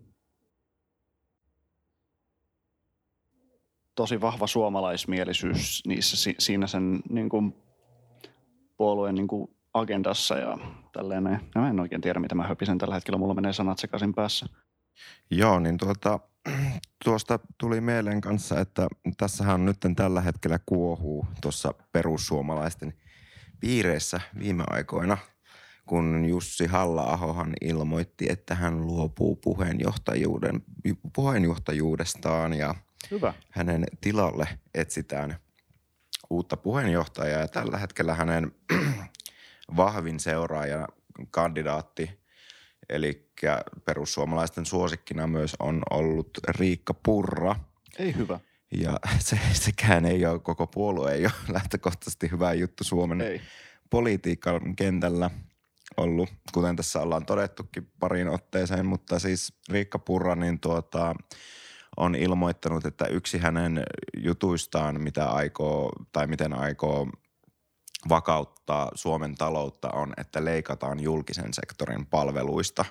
[SPEAKER 3] tosi vahva suomalaismielisyys niissä, siinä sen niin kuin, puolueen niin kuin, agendassa ja tälleen. Mä en oikein tiedä, mitä mä höpisen tällä hetkellä. Mulla menee sanat sekaisin päässä.
[SPEAKER 2] Joo, niin tuota, tuosta tuli mieleen kanssa, että tässähän nyt tällä hetkellä kuohuu tuossa perussuomalaisten piireissä viime aikoina, kun Jussi Halla-ahohan ilmoitti, että hän luopuu puheenjohtajuuden, puheenjohtajuudestaan ja hyvä. Hänen tilalle etsitään uutta puheenjohtajaa ja tällä hetkellä hänen vahvin seuraaja, kandidaatti, eli perussuomalaisten suosikkina myös on ollut Riikka Purra.
[SPEAKER 3] Ei hyvä.
[SPEAKER 2] Ja se, sekään ei ole, koko puolue ei ole lähtökohtaisesti hyvä juttu Suomen ei. politiikan kentällä ollut, kuten tässä ollaan todettukin pariin otteeseen, mutta siis Riikka Purra, niin tuota, on ilmoittanut, että yksi hänen jutuistaan, mitä aikoo tai miten aikoo vakauttaa Suomen taloutta on, että leikataan julkisen sektorin palveluista.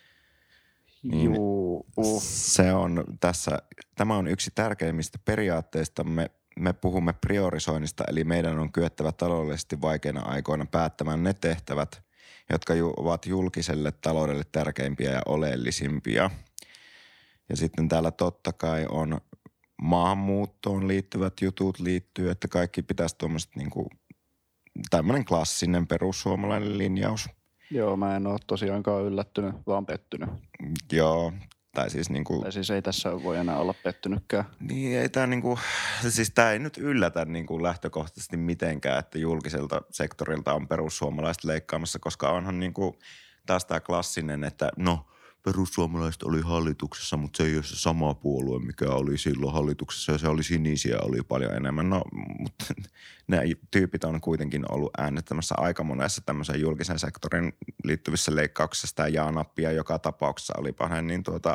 [SPEAKER 2] Niin
[SPEAKER 3] Juu, uh.
[SPEAKER 2] se on tässä, tämä on yksi tärkeimmistä periaatteista. Me, me puhumme priorisoinnista, eli meidän on kyettävä taloudellisesti vaikeina aikoina päättämään ne tehtävät, jotka ju, ovat julkiselle taloudelle tärkeimpiä ja oleellisimpia. Ja sitten täällä totta kai on maahanmuuttoon liittyvät jutut liittyy, että kaikki pitäisi tuommoiset niinku tämmöinen klassinen perussuomalainen linjaus.
[SPEAKER 3] Joo, mä en ole tosiaankaan yllättynyt, vaan pettynyt.
[SPEAKER 2] Joo, tai siis niinku
[SPEAKER 3] Tai siis ei tässä voi enää olla pettynytkään.
[SPEAKER 2] Niin, ei tää niinku, siis tää ei nyt yllätä niinku lähtökohtaisesti mitenkään, että julkiselta sektorilta on perussuomalaiset leikkaamassa, koska onhan niinku taas tää klassinen, että no perussuomalaiset oli hallituksessa, mutta se ei ole se sama puolue, mikä oli silloin hallituksessa ja se oli sinisiä, oli paljon enemmän. No, mutta nämä tyypit on kuitenkin ollut äänettämässä aika monessa tämmöisen julkisen sektorin liittyvissä leikkauksissa sitä jaa-nappia joka tapauksessa olipa hän niin tuota,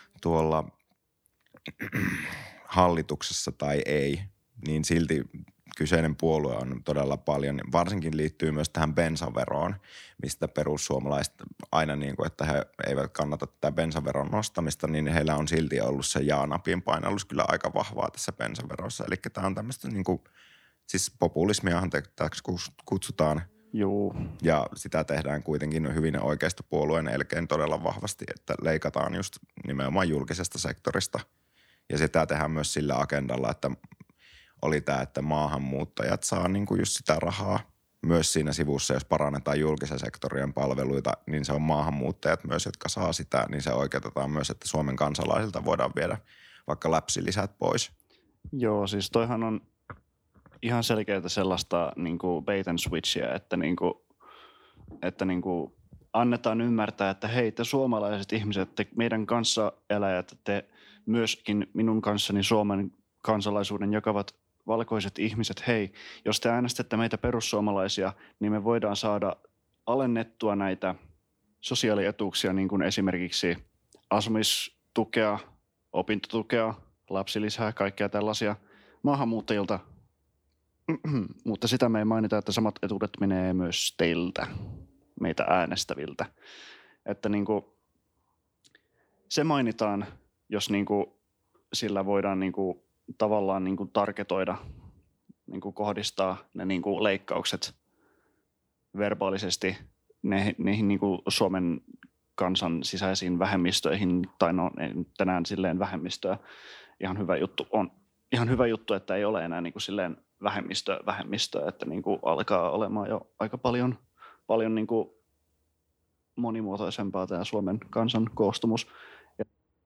[SPEAKER 2] tuolla hallituksessa tai ei, niin silti kyseinen puolue on todella paljon, varsinkin liittyy myös tähän bensaveroon, mistä perussuomalaiset aina niin kuin, että he eivät kannata tätä bensaveron nostamista, niin heillä on silti ollut se jaa-napin painallus kyllä aika vahvaa tässä bensaverossa. Eli tämä on tämmöistä niin kuin, siis populismiahan täksi kutsutaan.
[SPEAKER 3] Juu.
[SPEAKER 2] Ja sitä tehdään kuitenkin hyvin oikeistopuolueen elkein todella vahvasti, että leikataan just nimenomaan julkisesta sektorista. Ja sitä tehdään myös sillä agendalla, että oli tämä, että maahanmuuttajat saa niin kuin just sitä rahaa. Myös siinä sivussa, jos parannetaan julkisen sektorien palveluita, niin se on maahanmuuttajat myös, jotka saa sitä. Niin se oikeutetaan myös, että Suomen kansalaisilta voidaan viedä vaikka lapsilisät pois.
[SPEAKER 3] Joo, siis toihan on ihan selkeää sellaista niin kuin bait and switchia, että, niin kuin, että niin kuin annetaan ymmärtää, että hei, te suomalaiset ihmiset, te meidän kanssaeläjät, te myöskin minun kanssani Suomen kansalaisuuden jakavat valkoiset ihmiset, hei, jos te äänestätte meitä perussuomalaisia, niin me voidaan saada alennettua näitä sosiaalietuuksia, niin kuin esimerkiksi asumistukea, opintotukea, lapsilisää, kaikkea tällaisia maahanmuuttajilta. Mutta sitä me ei mainita, että samat etuudet menee myös teiltä, meitä äänestäviltä. Että niin kuin, se mainitaan, jos niin kuin, sillä voidaan niin kuin, tavallaan niin kuin, targetoida, niin kuin, kohdistaa ne niin kuin, leikkaukset verbaalisesti ne, niihin niin kuin, Suomen kansan sisäisiin vähemmistöihin, tai no tänään silleen vähemmistöä. Ihan hyvä juttu on. Ihan hyvä juttu, että ei ole enää niin kuin, silleen vähemmistöä, vähemmistöä, että niin kuin, alkaa olemaan jo aika paljon, paljon niin kuin, monimuotoisempaa tämä Suomen kansan koostumus. Ja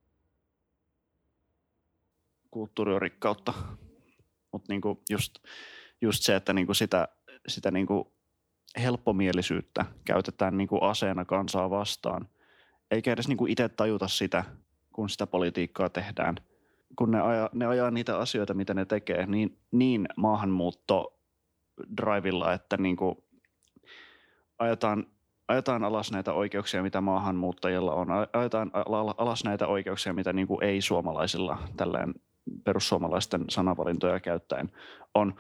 [SPEAKER 3] kulttuuri on rikkautta, mutta niinku just, just se, että niinku sitä, sitä niinku helppomielisyyttä käytetään niinku aseena kansaa vastaan, eikä edes niinku itse tajuta sitä, kun sitä politiikkaa tehdään. Kun ne ajaa, ne ajaa niitä asioita, mitä ne tekee, niin, niin maahanmuutto-drivilla, että niinku ajetaan, ajetaan alas näitä oikeuksia, mitä maahanmuuttajilla on. Ajetaan alas näitä oikeuksia, mitä niinku ei-suomalaisilla tälleen perussuomalaisten sanavalintoja käyttäen on.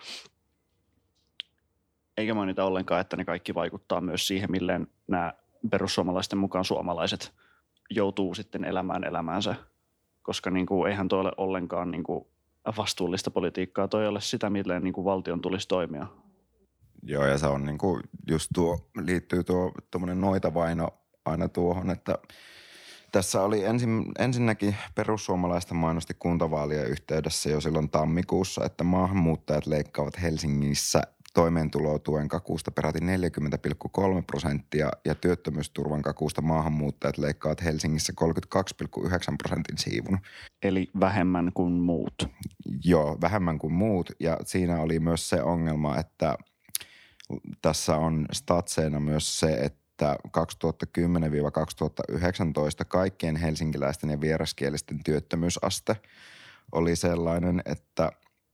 [SPEAKER 3] Eikä mainita ollenkaan, että ne kaikki vaikuttaa myös siihen, milleen nämä perussuomalaisten mukaan suomalaiset joutuu sitten elämään elämäänsä. Koska niin kuin, eihän toi ole ollenkaan niin kuin vastuullista politiikkaa. Toi ei ole sitä, milleen niin kuin valtion tulisi toimia.
[SPEAKER 2] Joo, ja se on niin kuin just tuo, liittyy tuo tuommoinen noitavaino aina tuohon, että tässä oli ensin, ensinnäkin perussuomalaista mainosti kuntavaalien yhteydessä jo silloin tammikuussa, että maahanmuuttajat leikkaavat Helsingissä toimeentulotuen kakuusta peräti neljäkymmentä pilkku kolme prosenttia ja työttömyysturvan kakuusta maahanmuuttajat leikkaavat Helsingissä kolmekymmentäkaksi pilkku yhdeksän prosentin siivun.
[SPEAKER 3] Eli vähemmän kuin muut.
[SPEAKER 2] Joo, vähemmän kuin muut, ja siinä oli myös se ongelma, että tässä on statseina myös se, että kaksituhattakymmenen kaksituhattayhdeksäntoista kaikkien helsinkiläisten ja vieraskielisten työttömyysaste oli sellainen, että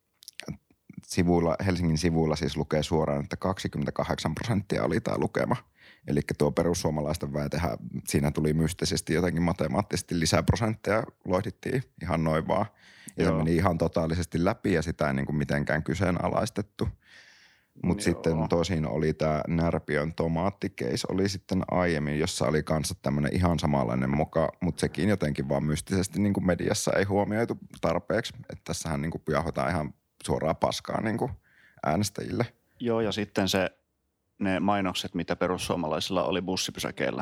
[SPEAKER 2] sivuilla, Helsingin sivuilla siis lukee suoraan, että kaksikymmentäkahdeksan prosenttia oli tämä lukema. Eli tuo perussuomalaisten väitehän, siinä tuli mystisesti jotenkin matemaattisesti lisää prosentteja, loihdittiin ihan noin vaan. Ja Joo. se meni ihan totaalisesti läpi ja sitä ei niin kuin mitenkään kyseenalaistettu. Mutta sitten tosin oli tämä Närpiön tomaattikeis oli sitten aiemmin, jossa oli kanssa tämmöinen ihan samanlainen moka, mutta sekin jotenkin vaan mystisesti niin kuin mediassa ei huomioitu tarpeeksi. Että tässähän niin kuin jauhotaan ihan suoraan paskaa niin kuin äänestäjille.
[SPEAKER 3] Joo, ja sitten se, ne mainokset, mitä perussuomalaisilla oli bussipysäkeillä.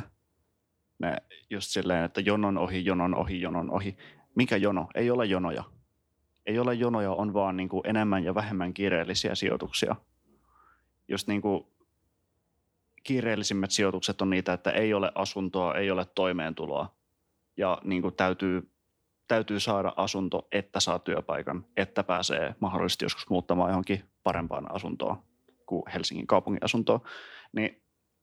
[SPEAKER 3] Ne just silleen, että jonon ohi, jonon ohi, jonon ohi. Mikä jono? Ei ole jonoja. Ei ole jonoja, on vaan niin kuin enemmän ja vähemmän kiireellisiä sijoituksia. Just niin kuin kiireellisimmät sijoitukset on niitä, että ei ole asuntoa, ei ole toimeentuloa ja niin kuin täytyy, täytyy saada asunto, että saa työpaikan, että pääsee mahdollisesti joskus muuttamaan johonkin parempaan asuntoon kuin Helsingin kaupungin asuntoon. Niin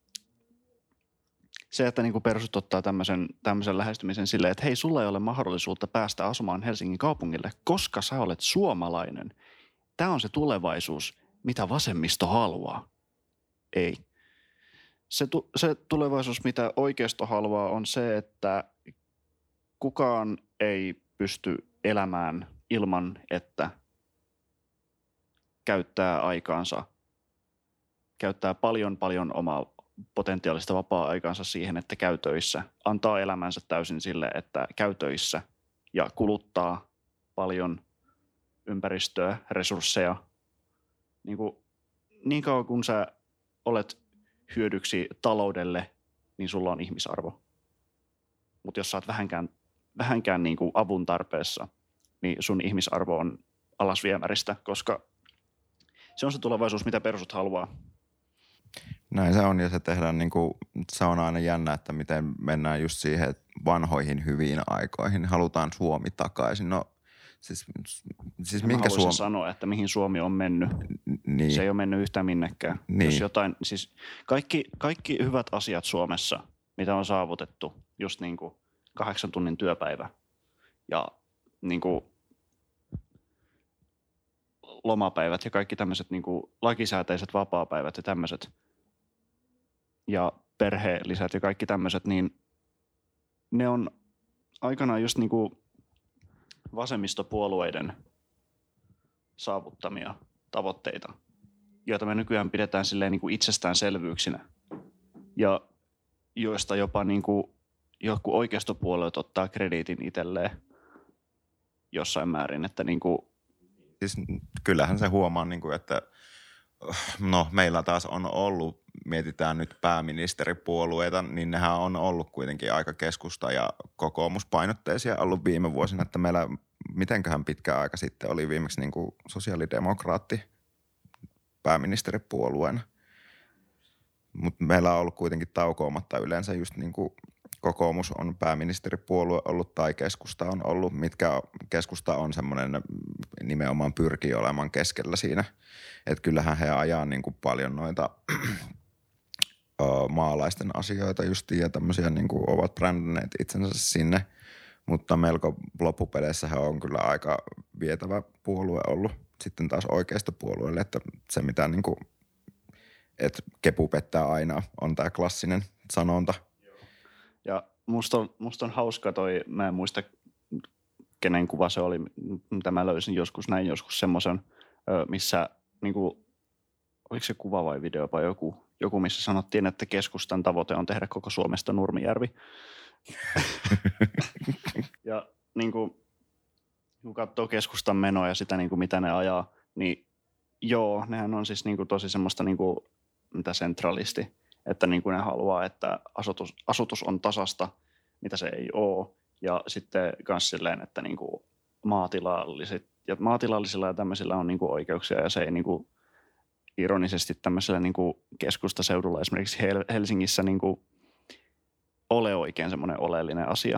[SPEAKER 3] se, että niin kuin persut ottaa tämmöisen, tämmöisen lähestymisen silleen, että hei, sulla ei ole mahdollisuutta päästä asumaan Helsingin kaupungille, koska sä olet suomalainen. Tämä on se tulevaisuus, mitä vasemmisto haluaa. Ei. Se, tu- se tulevaisuus, mitä oikeisto haluaa, on se, että kukaan ei pysty elämään ilman, että käyttää aikaansa, käyttää paljon paljon omaa potentiaalista vapaa-aikaansa siihen, että käy töissä, antaa elämänsä täysin sille, että käy töissä ja kuluttaa paljon ympäristöä, resursseja. Niin, kuin, niin kauan kun sä olet hyödyksi taloudelle, niin sulla on ihmisarvo. Mutta jos sä oot vähänkään, vähänkään niin kuin avun tarpeessa, niin sun ihmisarvo on alas viemäristä, koska se on se tulevaisuus, mitä persut haluaa.
[SPEAKER 2] Näin se on, ja se tehdään niin kuin, se on aina jännä, että miten mennään just siihen vanhoihin hyviin aikoihin. Halutaan Suomi takaisin. No siis, siis minkä
[SPEAKER 3] haluaisin
[SPEAKER 2] Suomi...
[SPEAKER 3] sanoa, että mihin Suomi on mennyt.
[SPEAKER 2] Niin.
[SPEAKER 3] Se ei ole mennyt yhtään minnekään.
[SPEAKER 2] Niin.
[SPEAKER 3] Jos jotain, siis kaikki, kaikki hyvät asiat Suomessa, mitä on saavutettu, just niin kuin kahdeksan tunnin työpäivä ja niin kuin lomapäivät ja kaikki tämmöiset niin kuin lakisääteiset vapaapäivät ja tämmöiset ja perhelisät ja kaikki tämmöiset, niin ne on aikanaan just niin kuin vasemmistopuolueiden saavuttamia tavoitteita, joita me nykyään pidetään silleen niin kuin itsestäänselvyyksinä ja joista jopa niin kuin joku oikeistopuolueet ottaa krediitin itselleen jossain määrin, että niin kuin
[SPEAKER 2] Siis kyllähän se huomaa, niin kuin, että no meillä taas on ollut, mietitään nyt pääministeripuolueita, niin nehän on ollut kuitenkin aika keskusta- ja kokoomuspainotteisia ollut viime vuosina, että meillä mitenköhän pitkä aika sitten oli viimeksi niin kuin sosiaalidemokraatti pääministeripuolueena. Mutta meillä on ollut kuitenkin taukoomatta yleensä just niin kuin kokoomus on pääministeripuolue ollut tai keskusta on ollut, mitkä keskusta on semmoinen nimenomaan pyrkii olemaan keskellä siinä. Että kyllähän he ajaa niin kuin paljon noita maalaisten asioita justiin ja tämmöisiä niin kuin ovat brändänneet itsensä sinne, mutta melko loppupeleissä he on kyllä aika vietävä puolue ollut sitten taas oikeista puolueelle, että se mitä niin kuin, että kepu pettää aina on tämä klassinen sanonta.
[SPEAKER 3] Ja musta on, musta on hauska toi, mä en muista kenen kuva se oli, mitä mä löysin joskus, näin joskus semmoisen, missä niinku, oliko se kuva vai video vai joku, joku, missä sanottiin, että keskustan tavoite on tehdä koko Suomesta Nurmijärvi. Ja niinku, kun katsoo keskustan menoa ja sitä, niinku, mitä ne ajaa, niin joo, nehän on siis niinku, tosi semmoista niinku, mitä sentralisti, että niin kuin ne haluaa, että asutus, asutus on tasasta, mitä se ei ole. Ja sitten myös silleen, että niin kuin maatilalliset, ja maatilallisilla ja tämmöisillä on niin kuin oikeuksia, ja se ei niin kuin ironisesti tämmöisellä niin kuin keskustaseudulla esimerkiksi Helsingissä niin kuin ole oikein semmoinen oleellinen asia.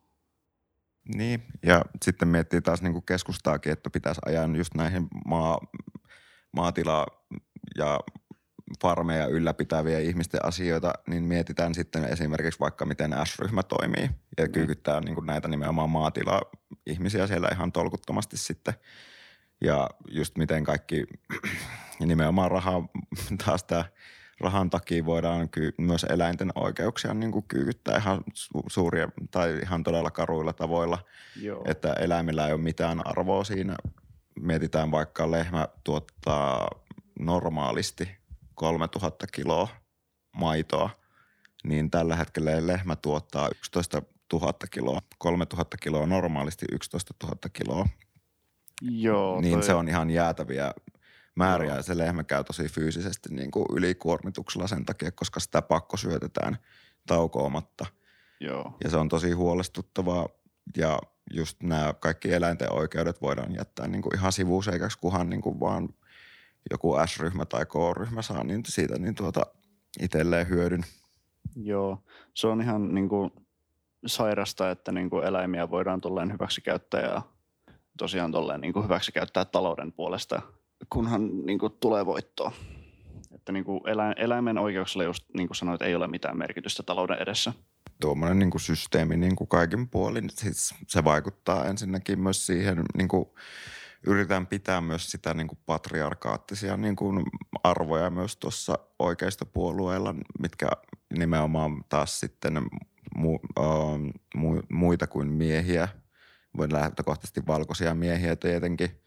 [SPEAKER 2] Niin, ja sitten miettii taas niin kuin keskustaakin, että pitäisi ajaa just näihin maa, maatila- ja farmeja ylläpitäviä ihmisten asioita, niin mietitään sitten esimerkiksi vaikka miten S-ryhmä toimii ja kyykyttää niin kuin näitä nimenomaan maatila-ihmisiä siellä ihan tolkuttomasti sitten. Ja just miten kaikki nimenomaan rahaa, taas tämä rahan takia voidaan ky- myös eläinten oikeuksia niin kuin kyykyttää ihan su- suuria tai ihan todella karuilla tavoilla,
[SPEAKER 3] Joo.
[SPEAKER 2] Että eläimillä ei ole mitään arvoa siinä. Mietitään vaikka lehmä tuottaa normaalisti kolmetuhatta kiloa maitoa, niin tällä hetkellä lehmä tuottaa yksitoista tuhatta kiloa, kolmetuhatta kiloa normaalisti yksitoista tuhatta kiloa.
[SPEAKER 3] Joo,
[SPEAKER 2] niin
[SPEAKER 3] toi...
[SPEAKER 2] se on ihan jäätäviä määriä ja se lehmä käy tosi fyysisesti niin kuin ylikuormituksella sen takia, koska sitä pakko syötetään taukoomatta.
[SPEAKER 3] Joo.
[SPEAKER 2] Ja se on tosi huolestuttavaa ja just nämä kaikki eläinten oikeudet voidaan jättää niin kuin ihan sivuseikaksi, kunhan niin kuin vaan joku S-ryhmä tai K-ryhmä saa niin siitä niin tuota itselleen hyödyn.
[SPEAKER 3] Joo, se on ihan niin kuin sairasta, että niin kuin eläimiä voidaan tolleen hyväksi käyttää ja tosiaan tolleen niin kuin hyväksi käyttää talouden puolesta, kunhan niin kuin tulee voittoa. Että niin kuin elä, eläimen oikeuksilla just niin kuin sanoit, ei ole mitään merkitystä talouden edessä.
[SPEAKER 2] Tuommoinen niin kuin systeemi niin kuin kaikin puolin, siis se vaikuttaa ensinnäkin myös siihen, niin kuin yritän pitää myös sitä niin kuin patriarkaattisia niin kuin arvoja myös tuossa oikeistopuolueella, mitkä nimenomaan taas sitten mu, uh, mu, muita kuin miehiä, voi lähtökohtaisesti valkoisia miehiä tietenkin,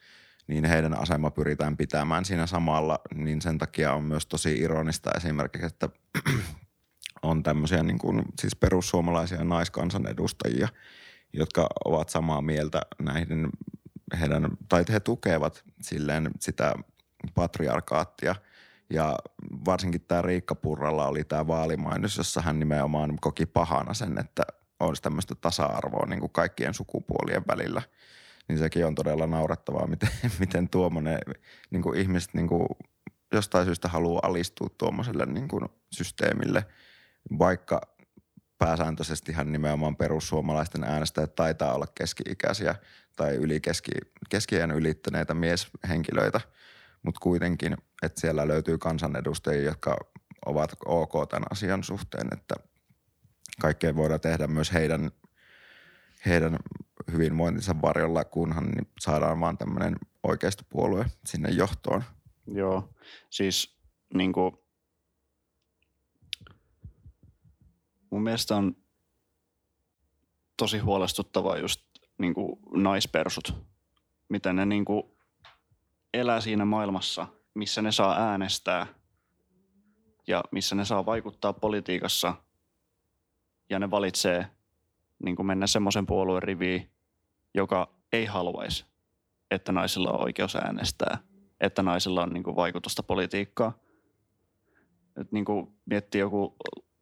[SPEAKER 2] niin heidän asema pyritään pitämään siinä samalla, niin sen takia on myös tosi ironista esimerkiksi, että on tämmöisiä niin kuin, siis perussuomalaisia naiskansanedustajia, jotka ovat samaa mieltä näiden heidän, tai he tukevat silleen sitä patriarkaattia. Ja varsinkin tämä Riikka Purralla oli tämä vaalimainos, jossa hän nimenomaan koki pahana sen, että olisi tämmöistä tasa-arvoa niin kuin kaikkien sukupuolien välillä. Niin sekin on todella naurettavaa, miten, miten tuommoinen niin kuin ihmiset niin kuin jostain syystä haluaa alistua tuommoiselle niin kuin systeemille, vaikka pääsääntöisesti hän nimenomaan perussuomalaisten äänestäjät taitaa olla keski-ikäisiä tai yli keski, keski-iän ylittäneitä mieshenkilöitä, mutta kuitenkin, että siellä löytyy kansanedustajia, jotka ovat ok tämän asian suhteen, että kaikkea voidaan tehdä myös heidän, heidän hyvinvointinsa varjolla, kunhan niin saadaan vaan tämmöinen oikeistopuolue sinne johtoon.
[SPEAKER 3] Joo, siis niin kuin mun mielestä on tosi huolestuttavaa just niin kuin naispersut, miten ne niin kuin elää siinä maailmassa, missä ne saa äänestää ja missä ne saa vaikuttaa politiikassa ja ne valitsee niin kuin mennä semmoisen puolueen riviin, joka ei haluaisi, että naisilla on oikeus äänestää, että naisilla on niin kuin vaikutusta politiikkaan. Et niin kuin miettii joku,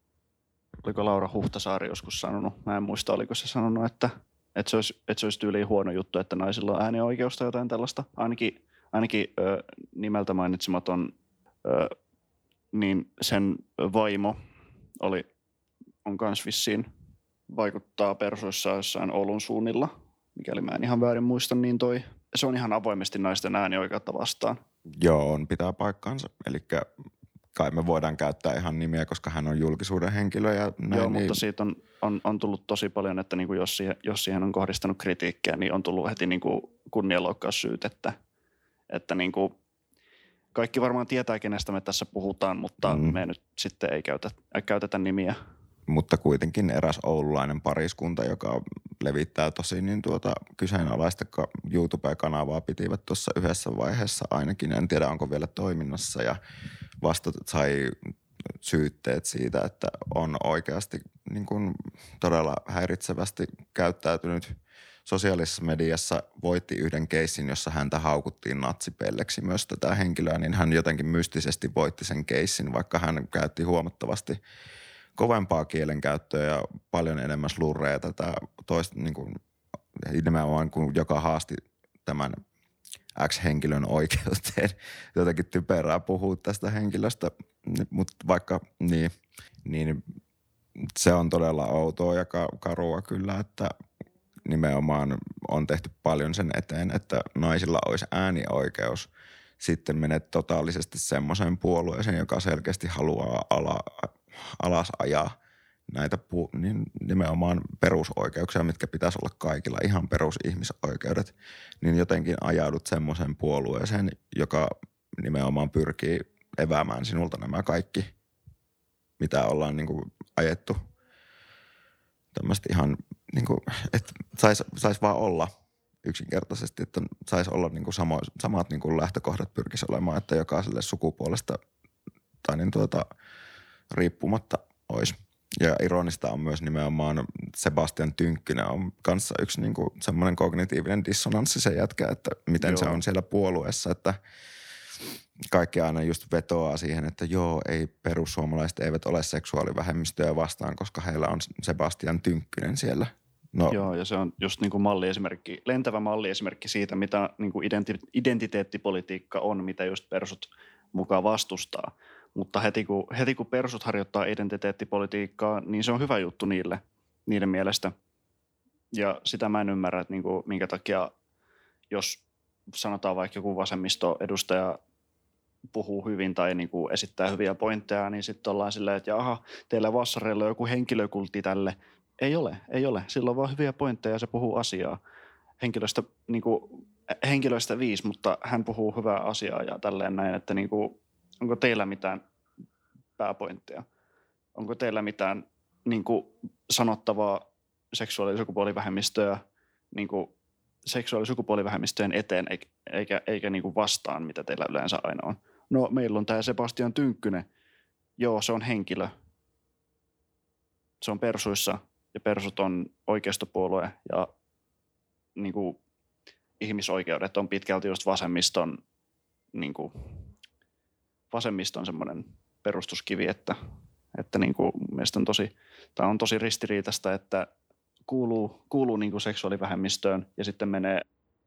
[SPEAKER 3] oliko Laura Huhtasaari joskus sanonut, mä en muista oliko se sanonut, että, että, se, olisi, että se olisi tyyliin huono juttu, että naisilla on äänioikeus tai jotain tällaista. Ainakin, ainakin ö, nimeltä mainitsematon, ö, niin sen vaimo oli, on kans vissiin vaikuttaa persoissa jossain Oulun suunnilla, mikäli mä en ihan väärin muista, niin toi, se on ihan avoimesti naisten äänioikeutta vastaan.
[SPEAKER 2] Joo, on pitää paikkaansa. Eli kai me voidaan käyttää ihan nimiä, koska hän on julkisuuden henkilö. Ja näin,
[SPEAKER 3] Joo,
[SPEAKER 2] niin...
[SPEAKER 3] mutta siitä on, on, on tullut tosi paljon, että niinku jos, siihen, jos siihen on kohdistanut kritiikkiä, niin on tullut heti niinku kunnianloukkaussyytettä. Että niinku, kaikki varmaan tietää, kenestä me tässä puhutaan, mutta mm. me nyt sitten ei käytä, ei käytetä nimiä.
[SPEAKER 2] Mutta kuitenkin eräs oululainen pariskunta, joka levittää tosi niin tuota kyseenalaista YouTube-kanavaa, pitivät tuossa yhdessä vaiheessa ainakin. En tiedä, onko vielä toiminnassa ja vasta sai syytteet siitä, että on oikeasti niin kuin todella häiritsevästi käyttäytynyt sosiaalisessa mediassa, voitti yhden keissin, jossa häntä haukuttiin natsipelleksi myös tätä henkilöä, niin hän jotenkin mystisesti voitti sen keissin, vaikka hän käytti huomattavasti kovempaa kielenkäyttöä ja paljon enemmän slurreja tätä toista, niin kuin, nimenomaan kun joka haasti tämän X-henkilön oikeuteen. Jotenkin typerää puhua tästä henkilöstä, mutta vaikka niin, niin se on todella outoa ja karua kyllä, että nimenomaan on tehty paljon sen eteen, että naisilla olisi äänioikeus. Sitten menet totaalisesti semmoiseen puolueeseen, joka selkeästi haluaa ala, alas ajaa näitä pu, niin nimenomaan perusoikeuksia, mitkä pitäisi olla kaikilla, ihan perusihmisoikeudet, niin jotenkin ajaudut semmoiseen puolueeseen, joka nimenomaan pyrkii eväämään sinulta nämä kaikki, mitä ollaan niin kuin ajettu. Tämmöistä ihan, niin kuin, että saisi sais vaan olla yksinkertaisesti, että saisi olla niin kuin samo, samat niin kuin lähtökohdat pyrkisi olemaan, että jokaiselle sukupuolesta tai niin tuota, riippumatta olisi. Ja ironista on myös nimenomaan Sebastian Tynkkynen on kanssa yksi niin kuin semmoinen kognitiivinen dissonanssi se jätkä, että miten joo. Se on siellä puolueessa, että kaikki aina just vetoaa siihen, että joo, ei perussuomalaiset eivät ole seksuaalivähemmistöjä vastaan, koska heillä on Sebastian Tynkkynen siellä. No.
[SPEAKER 3] Joo, ja se on just niin kuin malliesimerkki, lentävä malliesimerkki siitä, mitä niin kuin identi- identiteettipolitiikka on, mitä just persut mukaan vastustaa. Mutta heti kun, heti kun persut harjoittaa identiteettipolitiikkaa, niin se on hyvä juttu niille, niiden mielestä. Ja sitä mä en ymmärrä, että niin kuin, minkä takia, jos sanotaan vaikka joku vasemmistoedustaja puhuu hyvin tai niin kuin esittää hyviä pointteja, niin sitten ollaan silleen, että aha, teillä vassareilla on joku henkilökultti tälle. Ei ole, ei ole. Sillä on vaan hyviä pointteja ja se puhuu asiaa. Henkilöstä, niin kuin, henkilöstä viisi, mutta hän puhuu hyvää asiaa ja tälleen näin, että niin kuin, onko teillä mitään pääpointteja? Onko teillä mitään niin kuin, sanottavaa seksuaali- ja sukupuolivähemmistöä niin kuin, seksuaali- ja sukupuolivähemmistöjen eteen eikä, eikä, eikä niin kuin vastaan, mitä teillä yleensä aina on. No meillä on tämä Sebastian Tynkkynen. Joo, se on henkilö. Se on persuissa ja persut on oikeistopuolue ja niin kuin, ihmisoikeudet on pitkälti just vasemmiston, niin kuin, vasemmiston semmoinen perustuskivi, että, että niin kuin, mielestäni on tosi, tämä on tosi ristiriitaista, että kuuluu, kuuluu niin kuin seksuaalivähemmistöön ja sitten menee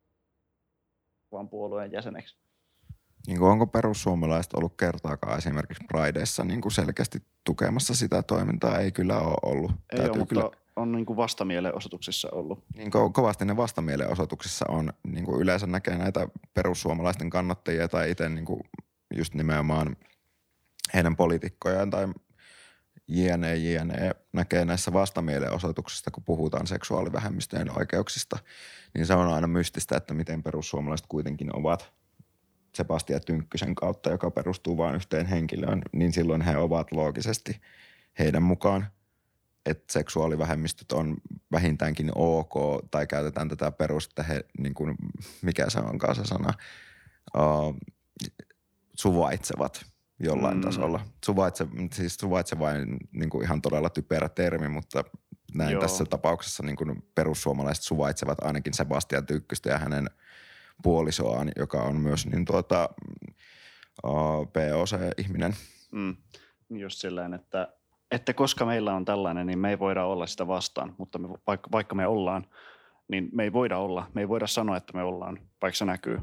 [SPEAKER 3] vaan puolueen jäseneksi.
[SPEAKER 2] Niin kuin onko perussuomalaiset ollut kertaakaan esimerkiksi Prideissa niin kuin selkeästi tukemassa sitä toimintaa? Ei kyllä ole ollut.
[SPEAKER 3] Ei
[SPEAKER 2] Täytyy
[SPEAKER 3] ole, mutta
[SPEAKER 2] kyllä,
[SPEAKER 3] on niin kuin vastamielenosoituksissa ollut.
[SPEAKER 2] niin kuin kovasti ne vastamielenosoituksissa on. Niin kuin yleensä näkee näitä perussuomalaisten kannattajia tai itse niin kuin just nimenomaan heidän poliitikkojaan tai jne, jne näkee näissä vastamielenosoituksissa, kun puhutaan seksuaalivähemmistöjen oikeuksista, niin se on aina mystistä, että miten perussuomalaiset kuitenkin ovat Sebastian Tynkkysen kautta, joka perustuu vain yhteen henkilöön, niin silloin he ovat loogisesti heidän mukaan, että seksuaalivähemmistöt on vähintäänkin ok, tai käytetään tätä perustetta, he, niin kuin, mikä se onkaan se sana, uh, suvaitsevat jollain mm. tasolla. Suvaitse, siis suvaitsevain niin kuin ihan todella typerä termi, mutta näin Joo. tässä tapauksessa niin kuin perussuomalaiset suvaitsevat ainakin Sebastian Tynkkystä ja hänen puolisoaan, joka on myös niin tuota, uh, P O C-ihminen.
[SPEAKER 3] Mm. Just silleen, että, että koska meillä on tällainen, niin me ei voida olla sitä vastaan, mutta me, vaikka, vaikka me ollaan, niin me ei voida olla. Me ei voida sanoa, että me ollaan, vaikka se näkyy.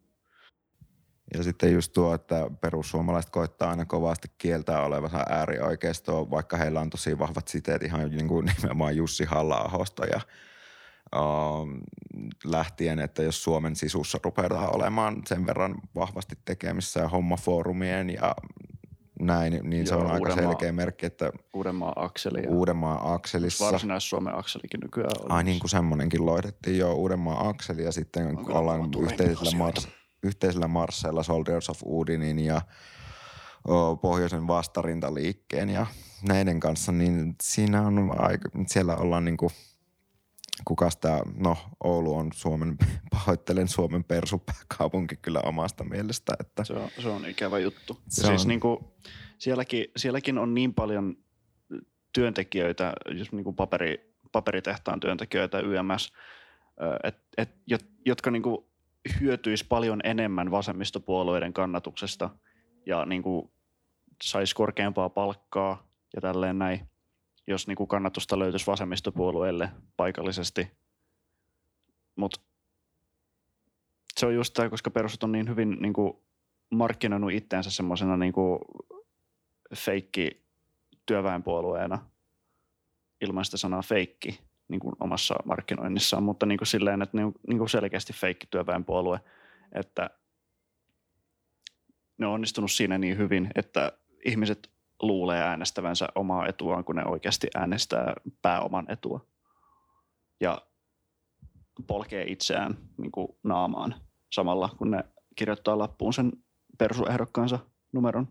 [SPEAKER 2] Ja sitten just tuo, että perussuomalaiset koittaa aina kovasti kieltää olevansa äärioikeistoa, vaikka heillä on tosi vahvat siteet ihan niin kuin nimenomaan Jussi Halla-ahosta ja uh, lähtien, että jos Suomen sisussa rupeaa olemaan sen verran vahvasti tekemissä ja hommafoorumien ja näin, niin Joo, se on aika selkeä merkki, että
[SPEAKER 3] Uudenmaan akseli. Ja
[SPEAKER 2] Uudenmaan akselissa.
[SPEAKER 3] Varsinais-Suomen akselikin nykyään on.
[SPEAKER 2] Ai niin kuin semmoinenkin loidettiin jo Uudenmaan akseli ja sitten on ollaan yhteisellä, mars, yhteisellä marsseilla Soldiers of Odinin ja o, Pohjoisen vastarintaliikkeen ja näiden kanssa, niin siinä on aika, siellä ollaan niin kuin kukas tämä, no Oulu on Suomen, pahoittelen Suomen persupääkaupunki kyllä omasta mielestä. Että
[SPEAKER 3] se, on, se on ikävä juttu.
[SPEAKER 2] Se
[SPEAKER 3] siis
[SPEAKER 2] on.
[SPEAKER 3] Niin kuin, sielläkin, sielläkin on niin paljon työntekijöitä, just niin kuin paperi, paperitehtaan työntekijöitä Y M S, et, et, jotka niin kuin hyötyisi paljon enemmän vasemmistopuolueiden kannatuksesta ja niin kuin saisi korkeampaa palkkaa ja tälleen näin, jos niin kuin kannatusta löytyisi vasemmistopuolueelle paikallisesti. Mutta se on just tämä, koska perustat on niin hyvin niin kuin markkinoinut itseänsä semmoisena niin kuin feikki työväenpuolueena ilman sitä sanaa feikki niin kuin omassa markkinoinnissaan, mutta niin kuin silleen, että niin kuin selkeästi feikki työväenpuolue, että ne on onnistunut siinä niin hyvin, että ihmiset luulee äänestävänsä omaa etuaan, kun ne oikeasti äänestää pääoman etua ja polkee itseään niin kuin naamaan samalla, kun ne kirjoittaa lappuun sen persuehdokkaansa numeron.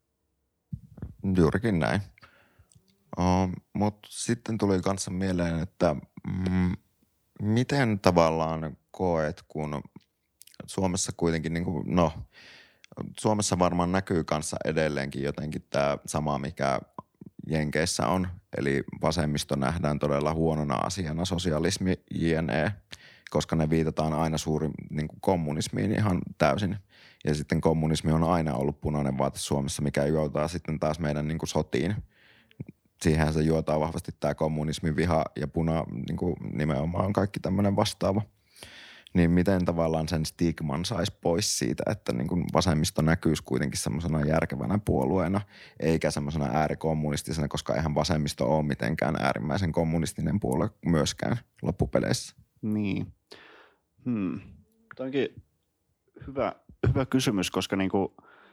[SPEAKER 2] Juurikin näin. Uh, mutta sitten tuli kanssa mieleen, että mm, miten tavallaan koet, kun Suomessa kuitenkin, niin kuin, no Suomessa varmaan näkyy kanssa edelleenkin jotenkin tämä sama, mikä Jenkeissä on, eli vasemmisto nähdään todella huonona asiana, sosialismi jne, koska ne viitataan aina suurin niin kuin kommunismiin ihan täysin. Ja sitten kommunismi on aina ollut punainen vaate Suomessa, mikä juotaa sitten taas meidän niin kuin sotiin. Siihenhän se juotaa vahvasti tämä kommunismin viha ja puna, niin kuin nimenomaan kaikki tämmöinen vastaava. Niin miten tavallaan sen stigman saisi pois siitä, että niin kuin vasemmisto näkyisi kuitenkin semmoisena järkevänä puolueena, eikä semmoisena äärikommunistisena, koska eihän vasemmisto ole mitenkään äärimmäisen kommunistinen puolue myöskään loppupeleissä.
[SPEAKER 3] Niin. Hmm. Tämä onkin hyvä, hyvä kysymys, koska, niinku,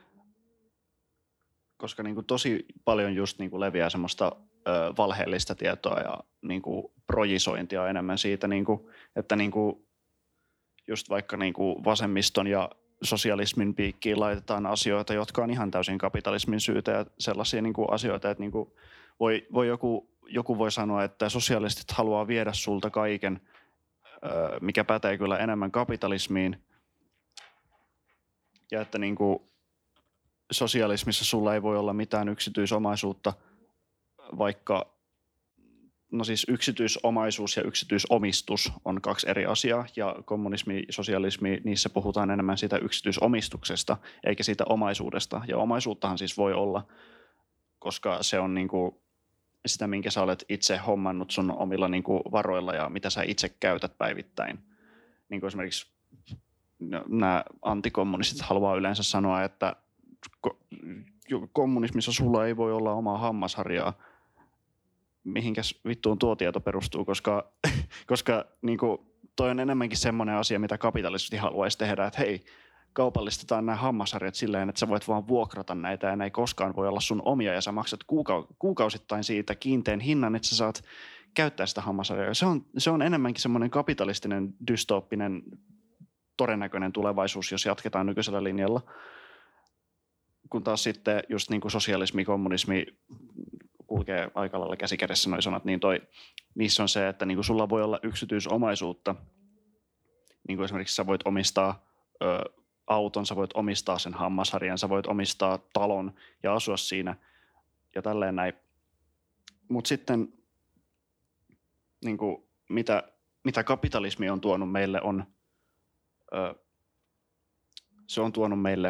[SPEAKER 3] koska niinku tosi paljon just niinku leviää semmoista ö, valheellista tietoa ja niinku projisointia enemmän siitä, niinku, että niinku just vaikka niinku vasemmiston ja sosialismin piikkiin laitetaan asioita, jotka on ihan täysin kapitalismin syytä ja sellaisia niinku asioita, että niinku voi, voi joku, joku voi sanoa, että sosialistit haluaa viedä sulta kaiken mikä pätee kyllä enemmän kapitalismiin. Ja että niin kuin sosialismissa sulla ei voi olla mitään yksityisomaisuutta, vaikka no siis yksityisomaisuus ja yksityisomistus on kaksi eri asiaa, ja kommunismi, sosialismi, niissä puhutaan enemmän siitä yksityisomistuksesta, eikä siitä omaisuudesta. Ja omaisuuttahan siis voi olla, koska se on niin kuin sitä, minkä sä olet itse hommannut sun omilla niin kuin varoilla ja mitä sä itse käytät päivittäin. Niin kuin esimerkiksi nämä antikommunistit haluaa yleensä sanoa, että kommunismissa sulla ei voi olla omaa hammasharjaa. Mihinkäs vittuun tuo tieto perustuu, koska, koska niin kuin, toi on enemmänkin semmoinen asia, mitä kapitalisti haluaisi tehdä, että hei, kaupallistetaan nämä hammasharjat silleen, että sä voit vaan vuokrata näitä ja ne ei koskaan voi olla sun omia ja sä maksat kuukau- kuukausittain siitä kiinteän hinnan, että sä saat käyttää sitä hammasharjaa. Se on, se on enemmänkin semmoinen kapitalistinen, dystooppinen, todennäköinen tulevaisuus, jos jatketaan nykyisellä linjalla. Kun taas sitten just niin kuin sosialismi, kommunismi kulkee aika lailla käsikädessä noi sanat, niin toi, niissä on se, että niin kuin sulla voi olla yksityisomaisuutta. Niin kuin esimerkiksi sä voit omistaa ö, auton, sä voit omistaa sen hammasharjan, sä voit omistaa talon ja asua siinä ja tälleen näin. Mutta sitten niin kuin, mitä, mitä kapitalismi on tuonut meille on, ö, se on tuonut meille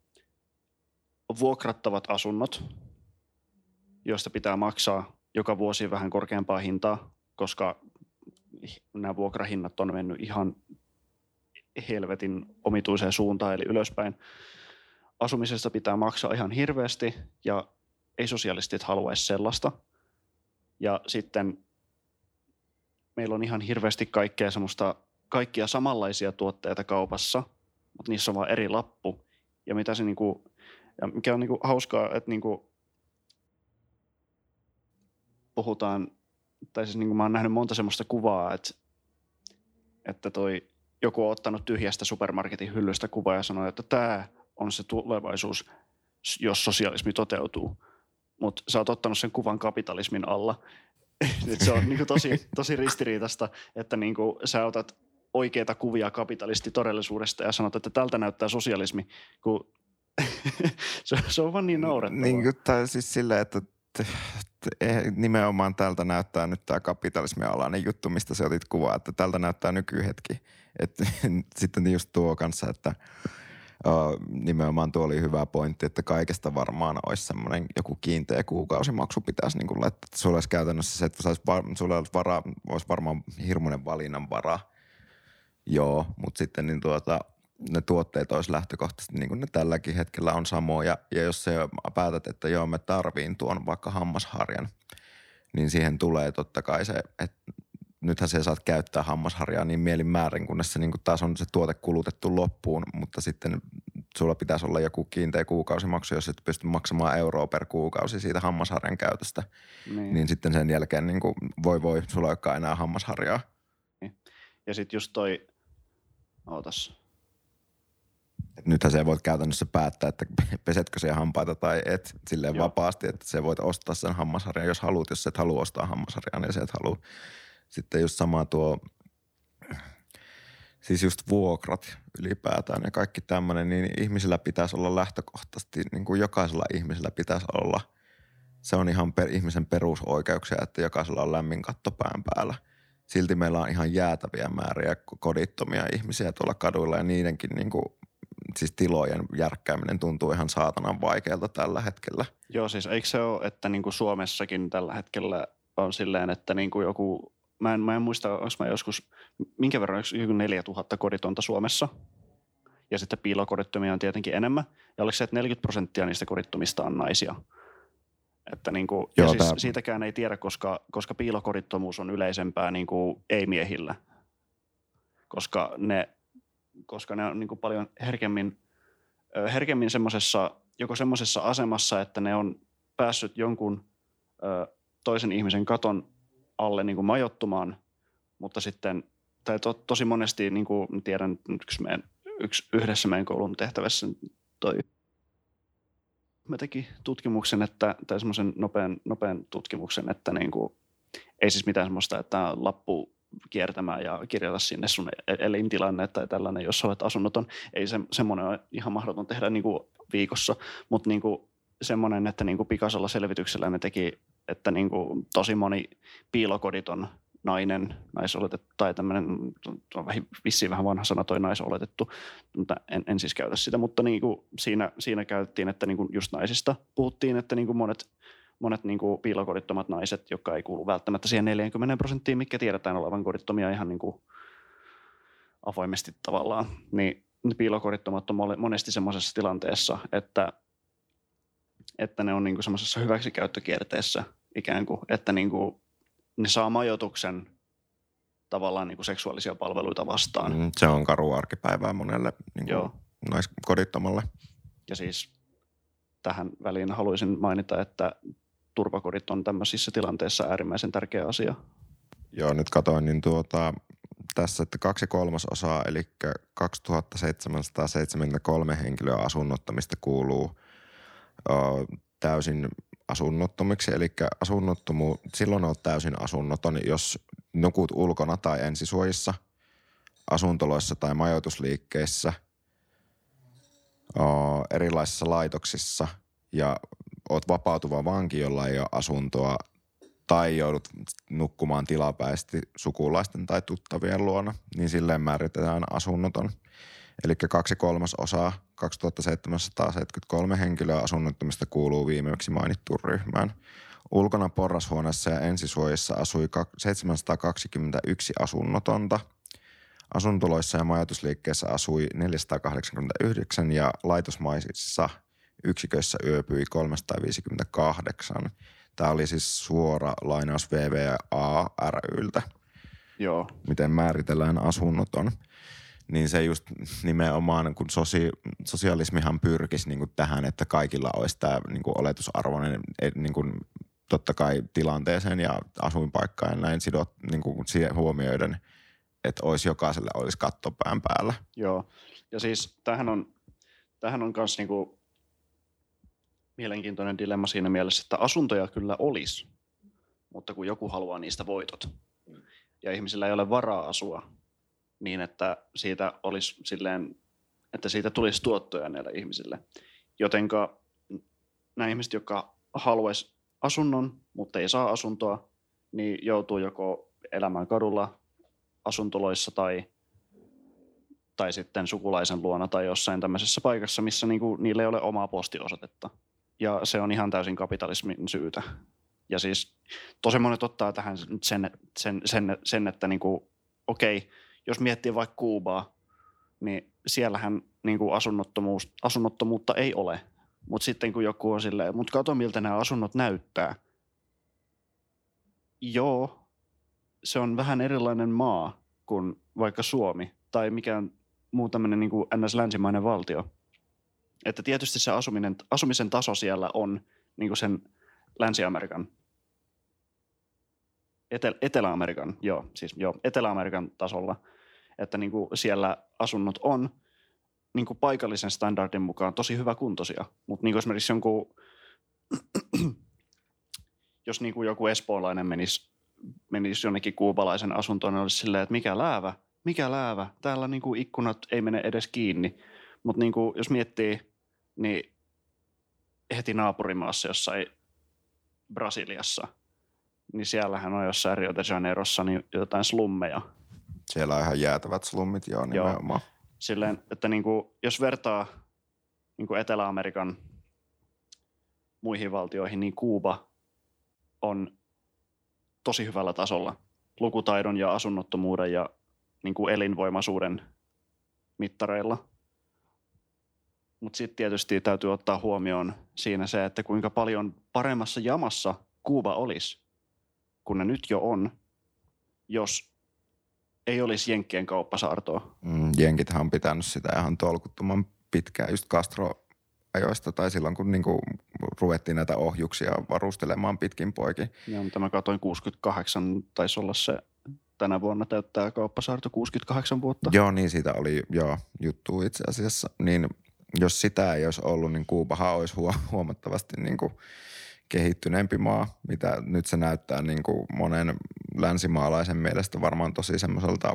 [SPEAKER 3] vuokrattavat asunnot, joista pitää maksaa joka vuosi vähän korkeampaa hintaa, koska nämä vuokrahinnat on mennyt ihan helvetin omituiseen suuntaan, eli ylöspäin. Asumisesta pitää maksaa ihan hirveästi, ja ei sosialistit haluaisi sellaista. Ja sitten meillä on ihan hirveästi kaikkea semmoista, kaikkia samanlaisia tuotteita kaupassa, mutta niissä on vaan eri lappu. Ja mitä se niinku, ja mikä on niinku hauskaa, että niinku puhutaan, tai siis niinku mä oon nähnyt monta semmoista kuvaa, että, että toi joku on ottanut tyhjästä supermarketin hyllystä kuvaa ja sanoo, että tämä on se tulevaisuus, jos sosialismi toteutuu. Mutta sä oot ottanut sen kuvan kapitalismin alla. Nyt se on niinku tosi, tosi ristiriitasta, että niinku sä otat oikeita kuvia kapitalistitodellisuudesta ja sanot, että tältä näyttää sosialismi, kun se, se on vaan niin naurettavaa.
[SPEAKER 2] Niin, tai siis silleen, että nimenomaan tältä näyttää nyt tämä kapitalismin alainen juttu, mistä sä otit kuvaa, että tältä näyttää nykyhetki. Et, sitten just tuo kanssa, että uh, nimenomaan tuo oli hyvä pointti, että kaikesta varmaan olisi semmoinen joku kiinteä kuukausimaksu pitäisi niin kuin laittaa. Sulla olisi käytännössä se, että sulla olisi, vara, olisi varmaan hirmuinen valinnanvara. Joo, mutta sitten niin tuota, ne tuotteet olisi lähtökohtaisesti niin kuin ne tälläkin hetkellä on samoja. Ja jos sä päätät, että joo, me tarviin tuon vaikka hammasharjan, niin siihen tulee totta kai se, että nythän sä saat käyttää hammasharjaa niin mielin määrin, kunnes se niin kuin taas on se tuote kulutettu loppuun, mutta sitten sulla pitäisi olla joku kiinteä kuukausimaksu, jos et pysty maksamaan euroa per kuukausi siitä hammasharjan käytöstä, niin, niin sitten sen jälkeen niin kuin voi voi, sulla ei olekaan enää hammasharjaa.
[SPEAKER 3] Ja sitten just toi, ootas.
[SPEAKER 2] Et nythän sä voit käytännössä päättää, että pesetkö se hampaita tai et silleen Joo. vapaasti, että sä voit ostaa sen hammasharjan, jos haluat, jos et halua ostaa hammasharjaa, niin sä et halua. Sitten just sama tuo, siis just vuokrat ylipäätään ja kaikki tämmöinen, niin ihmisillä pitäisi olla lähtökohtaisesti, niin kuin jokaisella ihmisellä pitäisi olla, se on ihan per, ihmisen perusoikeuksia, että jokaisella on lämmin katto pään päällä. Silti meillä on ihan jäätäviä määriä kodittomia ihmisiä tuolla kaduilla ja niidenkin niin kuin, siis tilojen järkkääminen tuntuu ihan saatanan vaikealta tällä hetkellä.
[SPEAKER 3] Joo, siis eikö se ole, että niin kuin Suomessakin tällä hetkellä on silleen, että niin kuin joku, mä en, mä en muista, onko mä joskus, minkä verran, joku neljätuhatta koditonta Suomessa ja sitten piilokodittomia on tietenkin enemmän ja oliko se, että neljäkymmentä prosenttia niistä kodittomista on naisia. Että niin kuin, Joo, ja siis tämä siitäkään ei tiedä, koska, koska piilokodittomuus on yleisempää niin kuin ei-miehillä, koska ne, koska ne on niin kuin paljon herkemmin, herkemmin semmosessa, joko semmoisessa asemassa, että ne on päässyt jonkun ö, toisen ihmisen katon alle niin kuin majoittumaan, mutta sitten, tai to, tosi monesti, niin kuin tiedän, yksi, meidän, yksi yhdessä meidän koulun tehtävässä toi mä tekin tutkimuksen, että, tai semmoisen nopean, nopean tutkimuksen, että niin kuin, ei siis mitään semmoista, että lappu kiertämään ja kirjata sinne sun elintilanne tai tällainen, jos olet asunnoton. Ei se, semmoinen ole ihan mahdoton tehdä niin kuin viikossa, mutta niin kuin semmoinen, että niin kuin pikaisella selvityksellä ne teki, että niin kuin tosi moni piilokoditon nainen, naisoletettu, tai tämmöinen, on vissiin vähän vanha sana toi naisoletettu, mutta en, en siis käytä sitä, mutta niin kuin siinä, siinä käytettiin, että niin kuin just naisista puhuttiin, että niin kuin monet, monet niin kuin piilokodittomat naiset, jotka ei kuulu välttämättä siihen neljäkymmentä prosenttiin, mikä tiedetään olevan kodittomia ihan niin kuin avoimesti tavallaan, niin ne piilokodittomat on monesti semmoisessa tilanteessa, että, että ne on niin kuin semmoisessa hyväksikäyttökierteessä ikään kuin, että niin kuin ne saa majoituksen tavallaan niin kuin seksuaalisia palveluita vastaan.
[SPEAKER 2] Mm, se on karu arkipäivää monelle niin kuin naiskodittomalle.
[SPEAKER 3] Ja siis tähän väliin haluaisin mainita, että turvakodit on tämmöisissä tilanteissa äärimmäisen tärkeä asia.
[SPEAKER 2] Joo, nyt katoin, niin tuota, tässä, että kaksi kolmasosaa, eli kaksituhattaseitsemänsataaseitsemänkymmentäkolme henkilöä asunnottomista kuuluu ö, täysin asunnottomiksi, eli asunnottomu, silloin olet täysin asunnoton, jos nukut ulkona tai ensisuojissa, asuntoloissa tai majoitusliikkeissä, o, erilaisissa laitoksissa ja oot vapautuva vanki, jolla ei ole asuntoa tai joudut nukkumaan tilapäisesti sukulaisten tai tuttavien luona, niin silleen määritetään asunnoton. Eli kaksi kolmasosaa kaksituhattaseitsemänsataaseitsemänkymmentäkolme henkilöä asunnottomista kuuluu viimeksi mainittuun ryhmään. Ulkona porrashuoneessa ja ensisuojissa asui seitsemänsataakaksikymmentäyksi asunnotonta. Asuntoloissa ja majoitusliikkeissä asui neljäsataakahdeksankymmentäyhdeksän ja laitosmaisissa yksiköissä yöpyi kolmesataaviisikymmentäkahdeksan. Tämä oli siis suora lainaus V V A ry:ltä.
[SPEAKER 3] Joo.
[SPEAKER 2] Miten määritellään asunnoton. Niin se just nimenomaan, kun sosi, sosialismihan pyrkisi niin kuin tähän, että kaikilla olisi tämä niin kuin oletusarvoinen niin kuin totta kai tilanteeseen ja asuinpaikkaan ja näin sidot niin kuin siihen huomioiden, että olisi jokaiselle olisi katto pään päällä.
[SPEAKER 3] Joo, ja siis tämähän on, tämähän on myös niin kuin mielenkiintoinen dilemma siinä mielessä, että asuntoja kyllä olisi, mutta kun joku haluaa niistä voitot ja ihmisillä ei ole varaa asua, niin että siitä olisi silleen, että siitä tulisi tuottoja näille ihmisille. Jotenka nämä ihmiset, jotka haluaisi asunnon, mutta ei saa asuntoa, niin joutuu joko elämään kadulla, asuntoloissa tai, tai sitten sukulaisen luona tai jossain tämmöisessä paikassa, missä niinku niillä ei ole omaa postiosoitetta. Ja se on ihan täysin kapitalismin syytä. Ja siis tosi monet ottaa tähän sen, sen, sen, sen että niinku, okei, jos miettii vaikka Kuubaa, niin siellähän niin kuin asunnottomuus, asunnottomuutta ei ole. Mutta sitten kun joku on silleen, mutta kato miltä nämä asunnot näyttää. Joo, se on vähän erilainen maa kuin vaikka Suomi tai mikään muu tämmöinen niin kuin N S-länsimainen valtio. Että tietysti se asuminen, asumisen taso siellä on niin kuin sen Länsi-Amerikan, Etel- Etelä-Amerikan, joo, siis joo, Etelä-Amerikan tasolla. Että niin kuin siellä asunnot on niin kuin paikallisen standardin mukaan tosi hyväkuntoisia. Mutta niin kuin esimerkiksi jonkun, jos niin kuin joku espoolainen menisi, menisi jonnekin kuubalaisen asuntoon, niin olisi silleen, että mikä läävä, mikä läävä. Täällä niin kuin ikkunat ei mene edes kiinni. Mutta niin kuin jos miettii, niin heti naapurimaassa jossain Brasiliassa, niin siellähän on jossain Rio de Janeirossa niin jotain slummeja.
[SPEAKER 2] Siellä on ihan jäätävät slummit, joo, nimenomaan.
[SPEAKER 3] Joo. Silleen, että niinku, jos vertaa niinku Etelä-Amerikan muihin valtioihin, niin Kuuba on tosi hyvällä tasolla lukutaidon ja asunnottomuuden ja niinku elinvoimaisuuden mittareilla. Mutta sitten tietysti täytyy ottaa huomioon siinä se, että kuinka paljon paremmassa jamassa Kuuba olisi, kun ne nyt jo on, jos ei olisi Jenkkien kauppasaartoa.
[SPEAKER 2] Mm, Jenkithän on pitänyt sitä ihan tolkuttoman pitkään just Castro-ajoista tai silloin, kun niinku ruvettiin näitä ohjuksia varustelemaan pitkin poikin.
[SPEAKER 3] Joo, mutta mä katsoin kuusikymmentäkahdeksan, taisi olla se tänä vuonna täyttää kauppasaarto kuusikymmentäkahdeksan vuotta.
[SPEAKER 2] Joo, niin siitä oli joo, juttu itse asiassa. Niin jos sitä ei olisi ollut, niin Kuubahan olisi huomattavasti niin kuin kehittyneempi maa, mitä nyt se näyttää niin kuin monen länsimaalaisen mielestä varmaan tosi semmoiselta,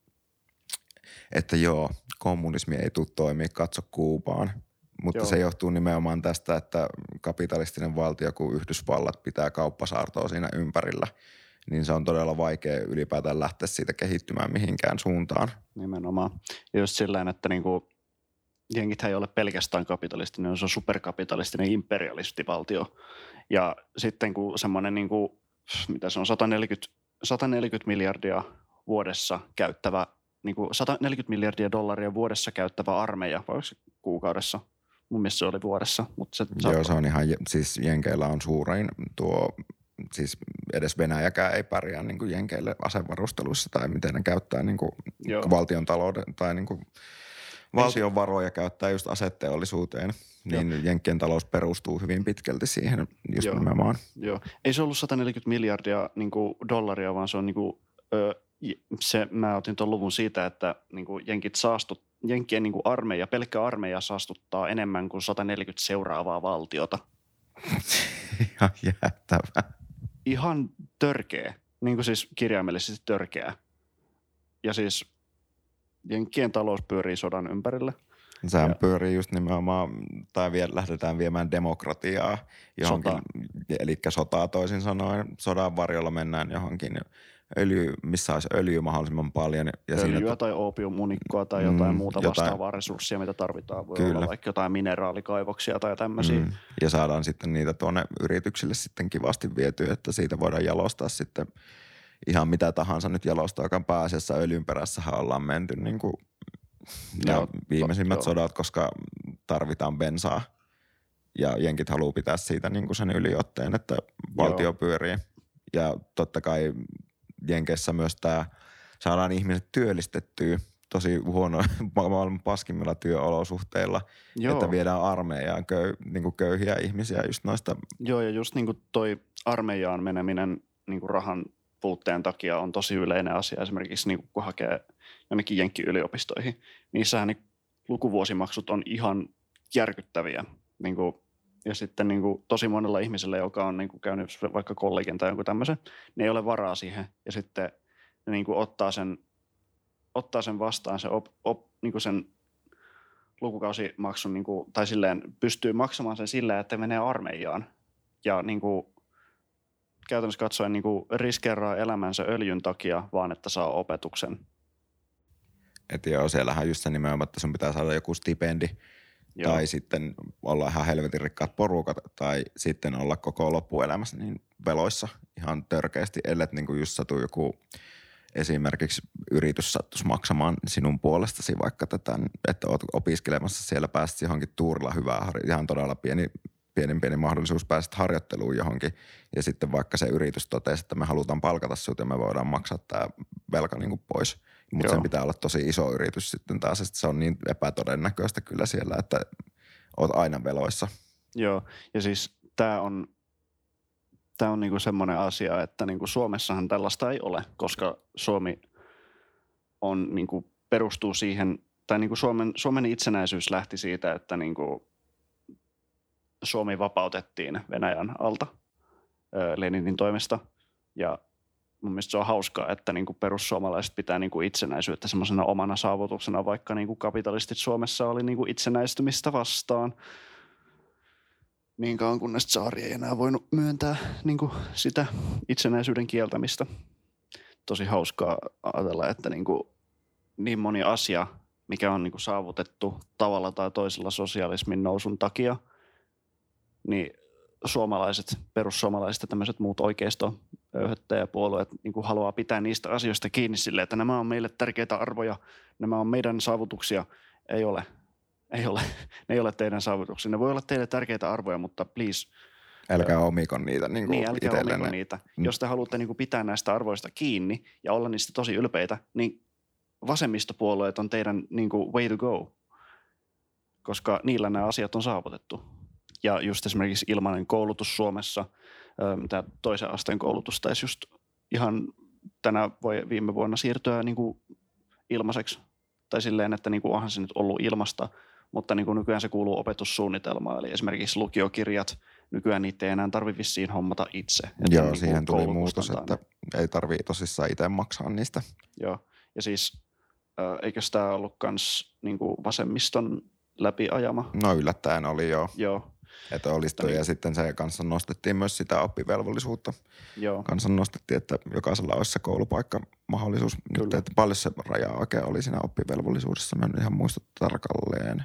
[SPEAKER 2] että joo, kommunismi ei tule toimia, katso Kuubaan. Mutta
[SPEAKER 3] Joo.
[SPEAKER 2] se johtuu nimenomaan tästä, että kapitalistinen valtio, kun Yhdysvallat pitää kauppasaartoa siinä ympärillä, niin se on todella vaikea ylipäätään lähteä siitä kehittymään mihinkään suuntaan.
[SPEAKER 3] Nimenomaan. Ja just silleen, että niinku, jenkithän ei ole pelkästään kapitalistinen, se on superkapitalistinen imperialistivaltio. Ja sitten kun semmoinen, niinku, mitä se on, sata neljäkymmentä, sata neljäkymmentä miljardia vuodessa käyttävä, niinku sata neljäkymmentä miljardia dollaria vuodessa käyttävä armeija, vai onko se kuukaudessa? Mun mielestä se oli vuodessa. Mutta se
[SPEAKER 2] Joo, se on ihan, siis Jenkeillä on suurin tuo, siis edes Venäjäkään ei pärjää niin kuin Jenkeille asevarusteluissa tai miten ne käyttää niin kuin valtion talouden tai niin kuin valtion varoja käyttää just aseteollisuuteen, niin Joo. Jenkkien talous perustuu hyvin pitkälti siihen just Joo. nimenomaan.
[SPEAKER 3] Joo, ei se ollut sata neljäkymmentä miljardia niin kuin dollaria, vaan se on niin kuin, ö, se, mä otin tuon luvun siitä, että niin kuin jenkit saastut, jenkkien niin kuin armeija, pelkkä armeija saastuttaa enemmän kuin sata neljäkymmentä seuraavaa valtiota.
[SPEAKER 2] Ihan jäättävää.
[SPEAKER 3] Ihan törkeä, niin kuin siis kirjaimellisesti törkeä. Ja siis jenkkien talous pyörii sodan ympärillä.
[SPEAKER 2] Sehän
[SPEAKER 3] ja.
[SPEAKER 2] pyörii just nimenomaan, tai vie, lähdetään viemään demokratiaa johonkin, Sota. eli sotaa toisin sanoen. Sodan varjolla mennään johonkin öljy, missä olisi öljyä mahdollisimman paljon. Ja
[SPEAKER 3] Öljyä
[SPEAKER 2] siinä,
[SPEAKER 3] tai oopiumunikkoa tai jotain mm, muuta
[SPEAKER 2] jotain,
[SPEAKER 3] vastaavaa resurssia, mitä tarvitaan. Voi
[SPEAKER 2] kyllä.
[SPEAKER 3] olla vaikka jotain mineraalikaivoksia tai tämmöisiä. Mm,
[SPEAKER 2] ja saadaan sitten niitä tuonne yrityksille sitten kivasti vietyä, että siitä voidaan jalostaa sitten ihan mitä tahansa nyt jalostaakaan. Pääasiassa öljyn perässähän ollaan menty niin kuin Joo, viimeisimmät to, sodat, koska tarvitaan bensaa ja jenkit haluaa pitää siitä niin kuin sen yliotteen, että valtio Joo. pyörii. Ja totta kai Jenkeissä myös tämä saadaan ihmiset työllistettyä tosi huono maailman paskimmilla työolosuhteilla, Joo. että viedään armeijaan köy, niin kuin köyhiä ihmisiä just noista. Joo,
[SPEAKER 3] ja just niin kuin toi armeijaan meneminen niin kuin rahan puutteen takia on tosi yleinen asia. Esimerkiksi niin kun hakee jonnekin jenkkiyliopistoihin, niissähän niin lukuvuosimaksut on ihan järkyttäviä. Niin kuin, ja sitten niin kuin tosi monella ihmisellä, joka on niin kuin käynyt vaikka kollegin tai jonkun tämmöisen, niin ei ole varaa siihen. Ja sitten ne niin kuin ottaa, sen, ottaa sen vastaan, se op, op, niin kuin sen lukukausimaksun, niin kuin, tai silleen pystyy maksamaan sen sillä, että menee armeijaan. Ja niin kuin käytännössä katsoen niin kuin riskeeraa elämänsä öljyn takia, vaan että saa opetuksen.
[SPEAKER 2] Että joo, siellähän on just se nimenomaan, että sun pitää saada joku stipendi joo. tai sitten olla ihan helvetin rikkaat porukat tai sitten olla koko loppuelämässä niin veloissa ihan törkeästi, ellei niin kuin just satu joku esimerkiksi yritys sattuisi maksamaan sinun puolestasi vaikka tätä, että olet opiskelemassa siellä pääsit johonkin tuurilla hyvää, ihan todella pieni Pienin pieni mahdollisuus päästä harjoitteluun johonkin ja sitten vaikka se yritys totesi, että me halutaan palkata sinut ja me voidaan maksaa tämä velka niin kuin pois. Mutta sen pitää olla tosi iso yritys sitten taas, että se on niin epätodennäköistä kyllä siellä, että oot aina veloissa.
[SPEAKER 3] Joo, ja siis tämä on, tää on niinku semmoinen asia, että niinku Suomessahan tällaista ei ole, koska Suomi on niinku perustuu siihen, tai niinku Suomen, Suomen itsenäisyys lähti siitä, että niinku Suomi vapautettiin Venäjän alta Leninin toimesta ja mun mielestä se on hauskaa, että niinku perussuomalaiset pitää niinku itsenäisyyttä semmoisena omana saavutuksena, vaikka niinku kapitalistit Suomessa oli niinku itsenäistymistä vastaan. Niin kauan kunnes tsaari ei enää voinut myöntää niinku sitä itsenäisyyden kieltämistä. Tosi hauskaa ajatella, että niinku niin moni asia, mikä on niinku saavutettu tavalla tai toisella sosialismin nousun takia, niin suomalaiset, perussuomalaiset ja tämmöiset muut oikeisto-öyhöttäjäpuolueet niin kuin haluaa pitää niistä asioista kiinni silleen, että nämä on meille tärkeitä arvoja, nämä on meidän saavutuksia. Ei ole, ei ole, ne ei ole teidän saavutuksia. Ne voi olla teille tärkeitä arvoja, mutta please.
[SPEAKER 2] Älkää omikon niitä niin kuin
[SPEAKER 3] niin, älkää omikon niitä. Mm. Jos te haluatte niin kuin pitää näistä arvoista kiinni ja olla niistä tosi ylpeitä, niin vasemmistopuolueet on teidän niin kuin way to go, koska niillä nämä asiat on saavutettu. Ja just esimerkiksi ilmainen koulutus Suomessa, tämä toisen asteen koulutus taisi just ihan tänä voi viime vuonna siirtyä niin kuin ilmaiseksi. Tai silleen, että niin kuin onhan se nyt ollut ilmasta, mutta niin kuin nykyään se kuuluu opetussuunnitelmaan. Eli esimerkiksi lukiokirjat, nykyään niitä ei enää tarvitse vissiin hommata itse.
[SPEAKER 2] Joo, niin siihen tuli muutos, että ei tarvitse tosissaan itse maksaa niistä.
[SPEAKER 3] Joo, ja siis eikö tämä ollut myös niin vasemmiston läpiajama?
[SPEAKER 2] No yllättäen oli joo.
[SPEAKER 3] Joo.
[SPEAKER 2] Että olisi toi, ja sitten se kanssa nostettiin myös sitä oppivelvollisuutta.
[SPEAKER 3] Joo.
[SPEAKER 2] Kanssa nostettiin, että jokaisella olisi se koulupaikka mahdollisuus. Nyt, että paljon se raja oikein oli siinä oppivelvollisuudessa. Mä en ihan muista tarkalleen.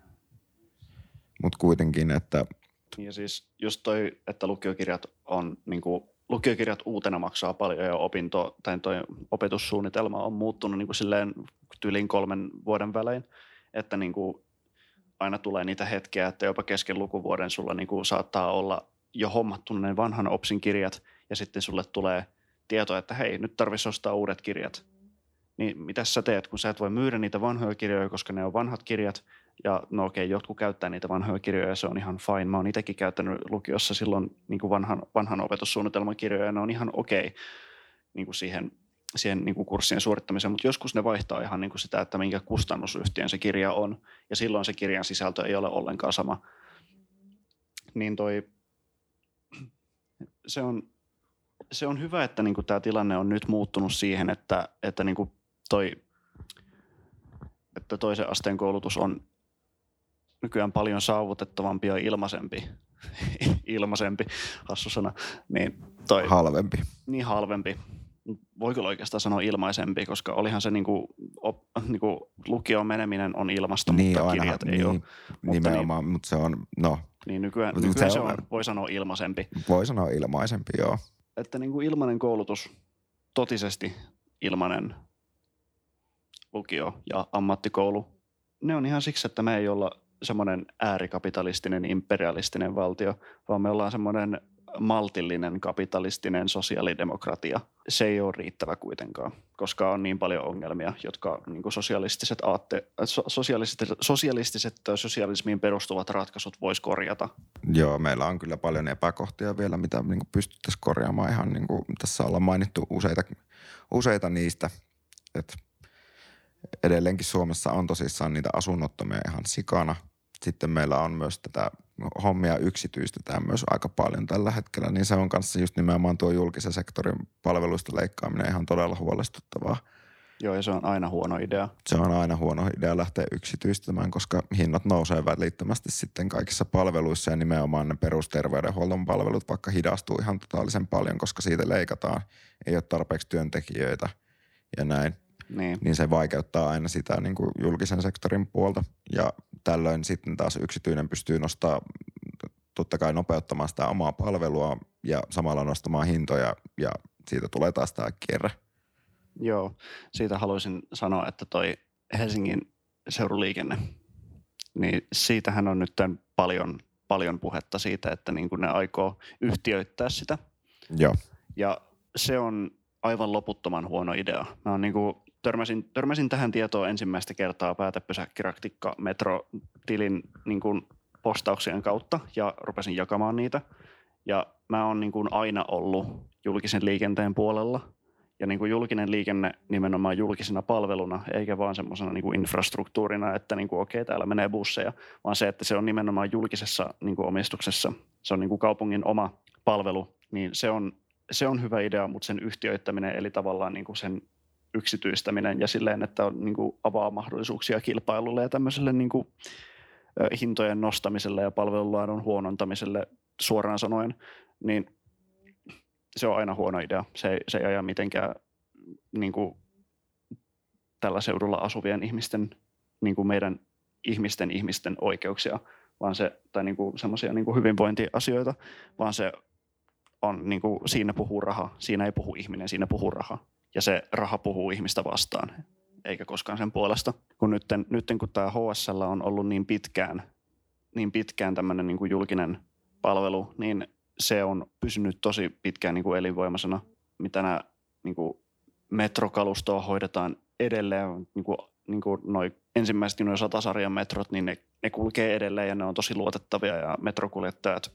[SPEAKER 2] Mutta kuitenkin, että...
[SPEAKER 3] Ja siis just toi, että lukiokirjat on niinku, lukiokirjat uutena maksaa paljon ja opinto, tai toi opetussuunnitelma on muuttunut niinku silleen tyylin kolmen vuoden välein, että niinku aina tulee niitä hetkiä, että jopa kesken lukuvuoden sulla niinku saattaa olla jo hommattu ne vanhan opsin kirjat ja sitten sulle tulee tieto, että hei, nyt tarvitsisi ostaa uudet kirjat. Niin mitä sä teet, kun sä et voi myydä niitä vanhoja kirjoja, koska ne on vanhat kirjat ja no okei, jotkut käyttää niitä vanhoja kirjoja ja se on ihan fine. Mä oon itsekin käyttänyt lukiossa silloin niin kuin vanhan, vanhan opetussuunnitelman kirjoja ja ne on ihan okei niin kuin siihen, siihen niin kuin kurssien suorittamiseen, mutta joskus ne vaihtaa ihan niin kuin sitä, että minkä kustannusyhtiön se kirja on ja silloin se kirjan sisältö ei ole ollenkaan sama. Niin toi, se on, se on hyvä, että niin kuin tämä tilanne on nyt muuttunut siihen, että, että niin kuin toi, että toisen asteen koulutus on nykyään paljon saavutettavampi ja ilmaisempi, ilmaisempi, hassu sana, niin toi,
[SPEAKER 2] halvempi.
[SPEAKER 3] Niin halvempi. Voi kyllä oikeastaan sanoa ilmaisempi, koska olihan se niinku, op, niinku lukioon meneminen on ilmasta,
[SPEAKER 2] niin,
[SPEAKER 3] mutta
[SPEAKER 2] aina,
[SPEAKER 3] kirjat ei
[SPEAKER 2] niin,
[SPEAKER 3] ole.
[SPEAKER 2] Nimenomaan, mutta, niin, mutta se on, no.
[SPEAKER 3] Niin nykyään, nykyään se on, voi sanoa ilmaisempi.
[SPEAKER 2] Voi sanoa ilmaisempi, joo.
[SPEAKER 3] Että niinku ilmainen koulutus, totisesti ilmainen lukio ja ammattikoulu, ne on ihan siksi, että me ei olla semmoinen äärikapitalistinen, imperialistinen valtio, vaan me ollaan semmoinen maltillinen, kapitalistinen sosiaalidemokratia. Se ei ole riittävä kuitenkaan, koska on niin paljon ongelmia, jotka niin kuin sosialistiset, aatte, so, sosialistiset, sosialistiset tai sosialismiin perustuvat ratkaisut vois korjata.
[SPEAKER 2] Joo, meillä on kyllä paljon epäkohtia vielä, mitä niin kuin pystyttäisiin korjaamaan. Ihan niin kuin tässä ollaan mainittu useita, useita niistä, että edelleenkin Suomessa on tosissaan niitä asunnottomia ihan sikana. Sitten meillä on myös tätä hommia yksityistetään myös aika paljon tällä hetkellä, niin se on kanssa just nimenomaan tuo julkisen sektorin palveluista leikkaaminen ihan todella huolestuttavaa.
[SPEAKER 3] Joo, ja se on aina huono idea.
[SPEAKER 2] Se on aina huono idea lähteä yksityistämään, koska hinnat nousee välittömästi sitten kaikissa palveluissa ja nimenomaan ne perusterveydenhuollon palvelut vaikka hidastuu ihan totaalisen paljon, koska siitä leikataan. Ei ole tarpeeksi työntekijöitä ja näin.
[SPEAKER 3] Niin.
[SPEAKER 2] niin se vaikeuttaa aina sitä niin kuin julkisen sektorin puolta. Ja tällöin sitten taas yksityinen pystyy nostaa, totta kai nopeuttamaan sitä omaa palvelua ja samalla nostamaan hintoja ja siitä tulee taas tämä kierre.
[SPEAKER 3] Joo, siitä haluaisin sanoa, että toi Helsingin seuruliikenne, niin siitähän on nyt paljon, paljon puhetta siitä, että niin kuin ne aikoo yhtiöittää sitä.
[SPEAKER 2] Joo.
[SPEAKER 3] Ja se on aivan loputtoman huono idea. Mä oon niin kuin Törmäsin, törmäsin tähän tietoon ensimmäistä kertaa päätepysäkkiraktikka Metro-tilin niin kuin postauksien kautta ja rupesin jakamaan niitä. Ja mä oon niin kuin aina ollut julkisen liikenteen puolella. Ja niin kuin julkinen liikenne nimenomaan julkisena palveluna, eikä vaan semmoisena niin kuin infrastruktuurina, että niin kuin okei, täällä menee busseja, vaan se, että se on nimenomaan julkisessa niin kuin omistuksessa. Se on niin kuin kaupungin oma palvelu, niin se on, se on hyvä idea, mutta sen yhtiöittäminen, eli tavallaan niin kuin sen yksityistäminen ja silleen, että on, niin kuin avaa mahdollisuuksia kilpailulle ja tämmöiselle niin kuin, hintojen nostamiselle ja palvelulaadun huonontamiselle suoraan sanoen, niin se on aina huono idea. Se ei, se ei aja mitenkään niin kuin, tällä seudulla asuvien ihmisten, niin kuin meidän ihmisten ihmisten oikeuksia, vaan se, tai niin kuin semmoisia niin kuin hyvinvointiasioita, vaan se on, niin kuin, siinä puhuu raha, siinä ei puhu ihminen, siinä puhuu raha. Ja se raha puhuu ihmistä vastaan, eikä koskaan sen puolesta. Kun nytten, nytten kun tämä H S L on ollut niin pitkään, niin pitkään tämmöinen niin kuin julkinen palvelu, niin se on pysynyt tosi pitkään niin kuin elinvoimaisena. Mitä nämä niin kuin metrokalustoa hoidetaan edelleen, niin kuin, niin kuin noi, ensimmäisesti nuo satasarjan metrot, niin ne, ne kulkee edelleen ja ne on tosi luotettavia ja metrokuljettajat,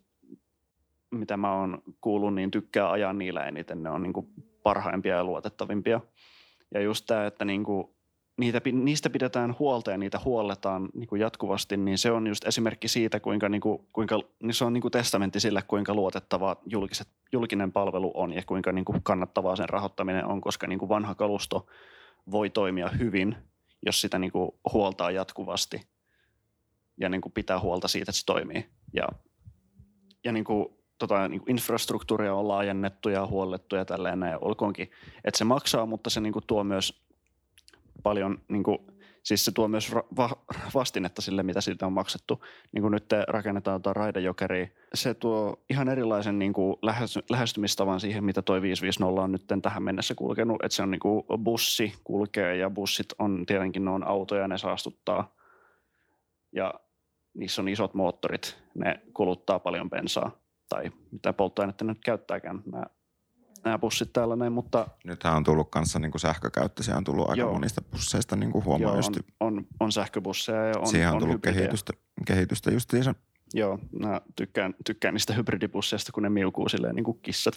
[SPEAKER 3] mitä mä oon kuullut, niin tykkää ajaa niillä eniten. Ne on niin kuin parhaimpia ja luotettavimpia. Ja just tämä, että niinku niitä, niistä pidetään huolta ja niitä huolletaan niin kuin jatkuvasti, niin se on just esimerkki siitä, kuinka, niin kuin, kuinka niin se on niin kuin testamentti sille, kuinka luotettava julkiset, julkinen palvelu on ja kuinka niin kuin kannattavaa sen rahoittaminen on, koska niin kuin vanha kalusto voi toimia hyvin, jos sitä niin kuin huoltaa jatkuvasti ja niin kuin pitää huolta siitä, että se toimii. Ja, ja niin kuin, tota, niin kuin infrastruktuuria on laajennettu ja huollettu ja tälleen näin, olkoonkin, että se maksaa, mutta se niin kuin tuo myös paljon, niin kuin, siis se tuo myös va- vastinetta sille, mitä siitä on maksettu. Niin kuin nyt rakennetaan tuota Raidejokeria. Se tuo ihan erilaisen niin kuin lähestymistavan siihen, mitä toi viisi viisi nolla on nyt tähän mennessä kulkenut. Että se on niin kuin bussi kulkee ja bussit on tietenkin ne on autoja ja ne saastuttaa. Ja niissä on isot moottorit. Ne kuluttaa paljon bensaa tai mitä polttoainetta ne nyt käyttääkään. Nämä nämä bussit täällä näin, mutta...
[SPEAKER 2] Nythän on tullut kanssa niin kuin sähkökäyttöisiä, on tullut aika joo. monista busseista niin kuin huomaa
[SPEAKER 3] joo,
[SPEAKER 2] just.
[SPEAKER 3] On, on, on sähköbusseja ja on
[SPEAKER 2] siihen on,
[SPEAKER 3] on
[SPEAKER 2] tullut kehitystä, kehitystä justiinsa.
[SPEAKER 3] Joo, mä tykkään, tykkään niistä hybridibusseista, kun ne miukuu silleen niin kuin kissat.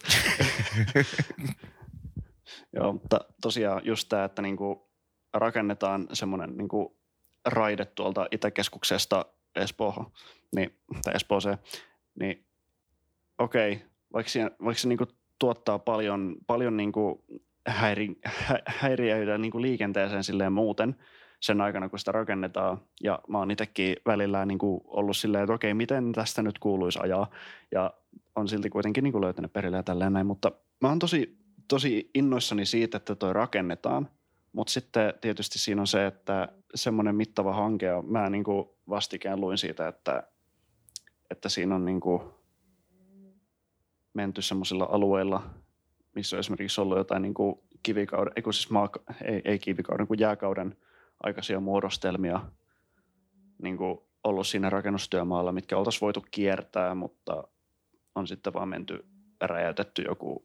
[SPEAKER 3] Joo, mutta tosiaan just tämä, että niin kuin rakennetaan semmoinen niin kuin raide tuolta Itäkeskuksesta Espoohon, niin, tai Espooseen, niin okei, vaikka, siihen, vaikka se niin kuin tuottaa paljon, paljon niin kuin häiri, hä, häiriöitä niin kuin liikenteeseen silleen muuten sen aikana, kun sitä rakennetaan. Ja mä oon itsekin välillä niin kuin ollut silleen, että okei, miten tästä nyt kuuluisi ajaa. Ja on silti kuitenkin niin kuin löytänyt perille ja tälleen näin. Mutta mä oon tosi, tosi innoissani siitä, että toi rakennetaan. Mutta sitten tietysti siinä on se, että semmoinen mittava hanke, mä niin kuin vastikään luin siitä, että, että siinä on niin kuin menty semmoisilla alueilla, missä on esimerkiksi ollut jotain niin kuin kivikauden, ei, siis maa, ei, ei kivikauden, kuin jääkauden aikaisia muodostelmia niin kuin ollut siinä rakennustyömaalla, mitkä oltaisiin voitu kiertää, mutta on sitten vaan menty räjäytetty joku,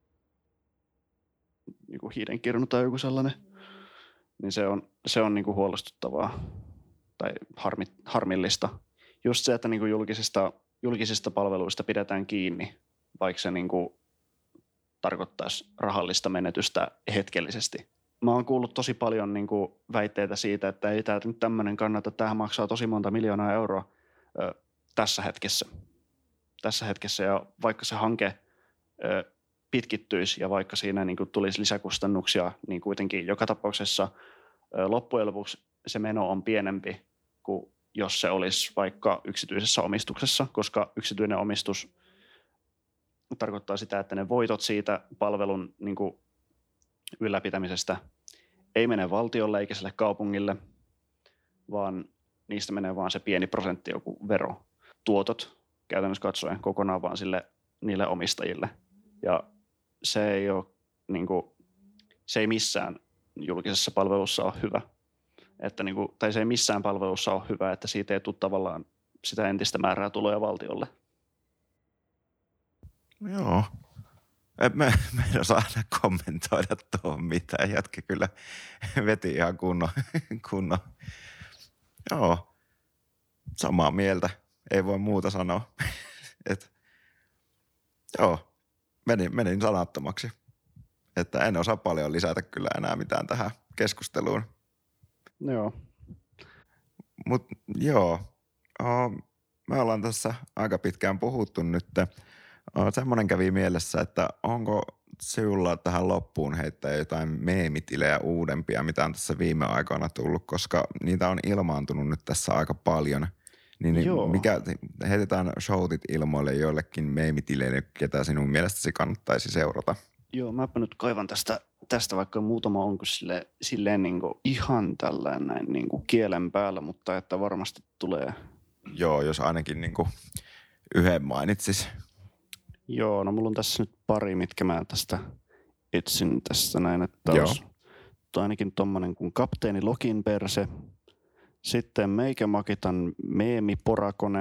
[SPEAKER 3] joku hiidenkirnu tai joku sellainen. Niin se on, se on niin kuin huolestuttavaa tai harmi, harmillista. Just se, että niin kuin julkisista, julkisista palveluista pidetään kiinni, vaikka se niin kuin tarkoittaisi rahallista menetystä hetkellisesti. Mä oon kuullut tosi paljon niin kuin väitteitä siitä, että ei tämä nyt tämmöinen kannata, tämähän maksaa tosi monta miljoonaa euroa ö, tässä hetkessä. Tässä hetkessä ja vaikka se hanke ö, pitkittyisi ja vaikka siinä niin kuin tulisi lisäkustannuksia, niin kuitenkin joka tapauksessa ö, loppujen lopuksi se meno on pienempi kuin jos se olisi vaikka yksityisessä omistuksessa, koska yksityinen omistus tarkoittaa sitä, että ne voitot siitä palvelun niin kuin ylläpitämisestä ei mene valtiolle eikä sille kaupungille, vaan niistä menee vaan se pieni prosentti joku vero. Tuotot käytännössä katsoen kokonaan vaan sille, niille omistajille. Ja se ei ole, niin kuin, se ei missään julkisessa palvelussa ole hyvä. Että niin kuin, tai se ei missään palvelussa ole hyvä, että siitä ei tule tavallaan sitä entistä määrää tuloja valtiolle.
[SPEAKER 2] Joo. Me, me en osaa aina kommentoida tuohon mitään. Jätkä kyllä veti ihan kunnon. kunnon. Joo. Samaa mieltä. Ei voi muuta sanoa. Et, joo. Menin, menin sanattomaksi. Että en osaa paljon lisätä kyllä enää mitään tähän keskusteluun.
[SPEAKER 3] Joo.
[SPEAKER 2] Mut joo. Oh, me ollaan tässä aika pitkään puhuttu nyt. Semmoinen kävi mielessä, että onko sinulla tähän loppuun heittää jotain meemitilejä uudempia, mitä on tässä viime aikoina tullut, koska niitä on ilmaantunut nyt tässä aika paljon. Niin mikä, heitetään showtit ilmoille joillekin meemitileille, ketä sinun mielestäsi kannattaisi seurata?
[SPEAKER 3] Joo, mäpä nyt kaivan tästä, tästä vaikka muutama onko sille, silleen niin kuin ihan tällainen näin niin kuin kielen päällä, mutta että varmasti tulee.
[SPEAKER 2] Joo, jos ainakin niin kuin yhden mainitsis.
[SPEAKER 3] Joo, no mulla on tässä nyt pari, mitkä mä tästä etsin tästä näin, että olisi ainakin tommonen kuin Kapteeni Lokinperse, sitten Meikä Makitan meemiporakone.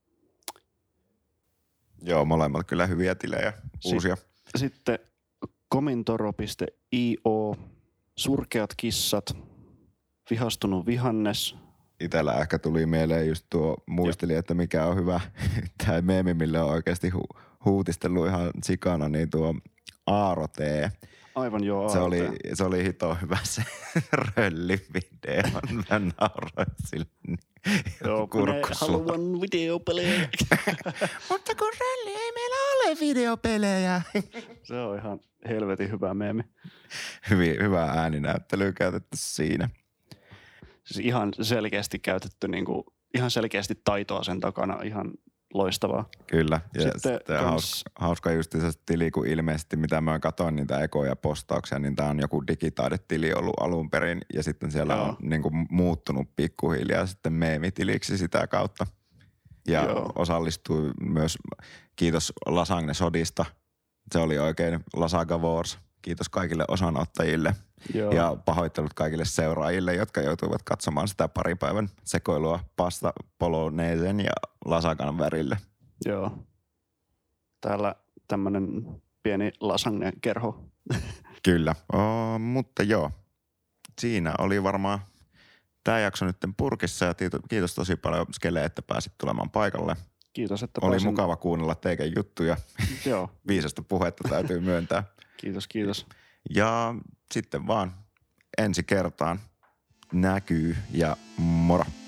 [SPEAKER 2] Joo, molemmat kyllä hyviä tilejä, uusia.
[SPEAKER 3] Sitten komintoro piste i o, Surkeat kissat, Vihastunut vihannes.
[SPEAKER 2] Itellä ehkä tuli mieleen just tuo, muistelin, että mikä on hyvä, tämä meemi, millä on oikeasti hu- huutistellut ihan sikana, niin tuo Aaro T.
[SPEAKER 3] Aivan joo.
[SPEAKER 2] Se oli, se oli hito hyvä se röllivideo. Mä nauroin sille.
[SPEAKER 3] Joo, haluan videopelejä.
[SPEAKER 2] Mutta kun rölli ei meillä ole videopelejä.
[SPEAKER 3] Se on ihan helvetin hyvä meemi.
[SPEAKER 2] Hyvin, hyvää ääninäyttelyä käytetty siinä.
[SPEAKER 3] Siis ihan selkeästi käytetty, niin kuin, ihan selkeästi taitoa sen takana, ihan loistavaa.
[SPEAKER 2] Kyllä, ja sitten, sitten
[SPEAKER 3] kans...
[SPEAKER 2] hauska, hauska just se tili, kun ilmeisesti mitä mä katsoin niitä ekoja postauksia, niin tää on joku digitaidetili ollut alun perin, ja sitten siellä Joo. on niin kuin muuttunut pikkuhiljaa sitten meemitiliksi sitä kautta. Ja Joo. osallistui myös, kiitos Lasagne Sodista, se oli oikein Lasaga Wars. Kiitos kaikille osanottajille Joo. ja pahoittelut kaikille seuraajille, jotka joutuivat katsomaan sitä parin päivän sekoilua pasta poloneesen ja lasagan värille.
[SPEAKER 3] Joo. Täällä tämmönen pieni lasagne-kerho.
[SPEAKER 2] Kyllä, o, mutta joo. Siinä oli varmaan tämä jakso nyt purkissa ja kiitos tosi paljon Skele, että pääsit tulemaan paikalle.
[SPEAKER 3] Kiitos, että
[SPEAKER 2] Oli
[SPEAKER 3] pääsin.
[SPEAKER 2] mukava kuunnella teidän juttuja.
[SPEAKER 3] Joo.
[SPEAKER 2] Viisasta puhetta täytyy myöntää.
[SPEAKER 3] Kiitos, kiitos.
[SPEAKER 2] Ja sitten vaan ensi kertaan näkyy ja moro.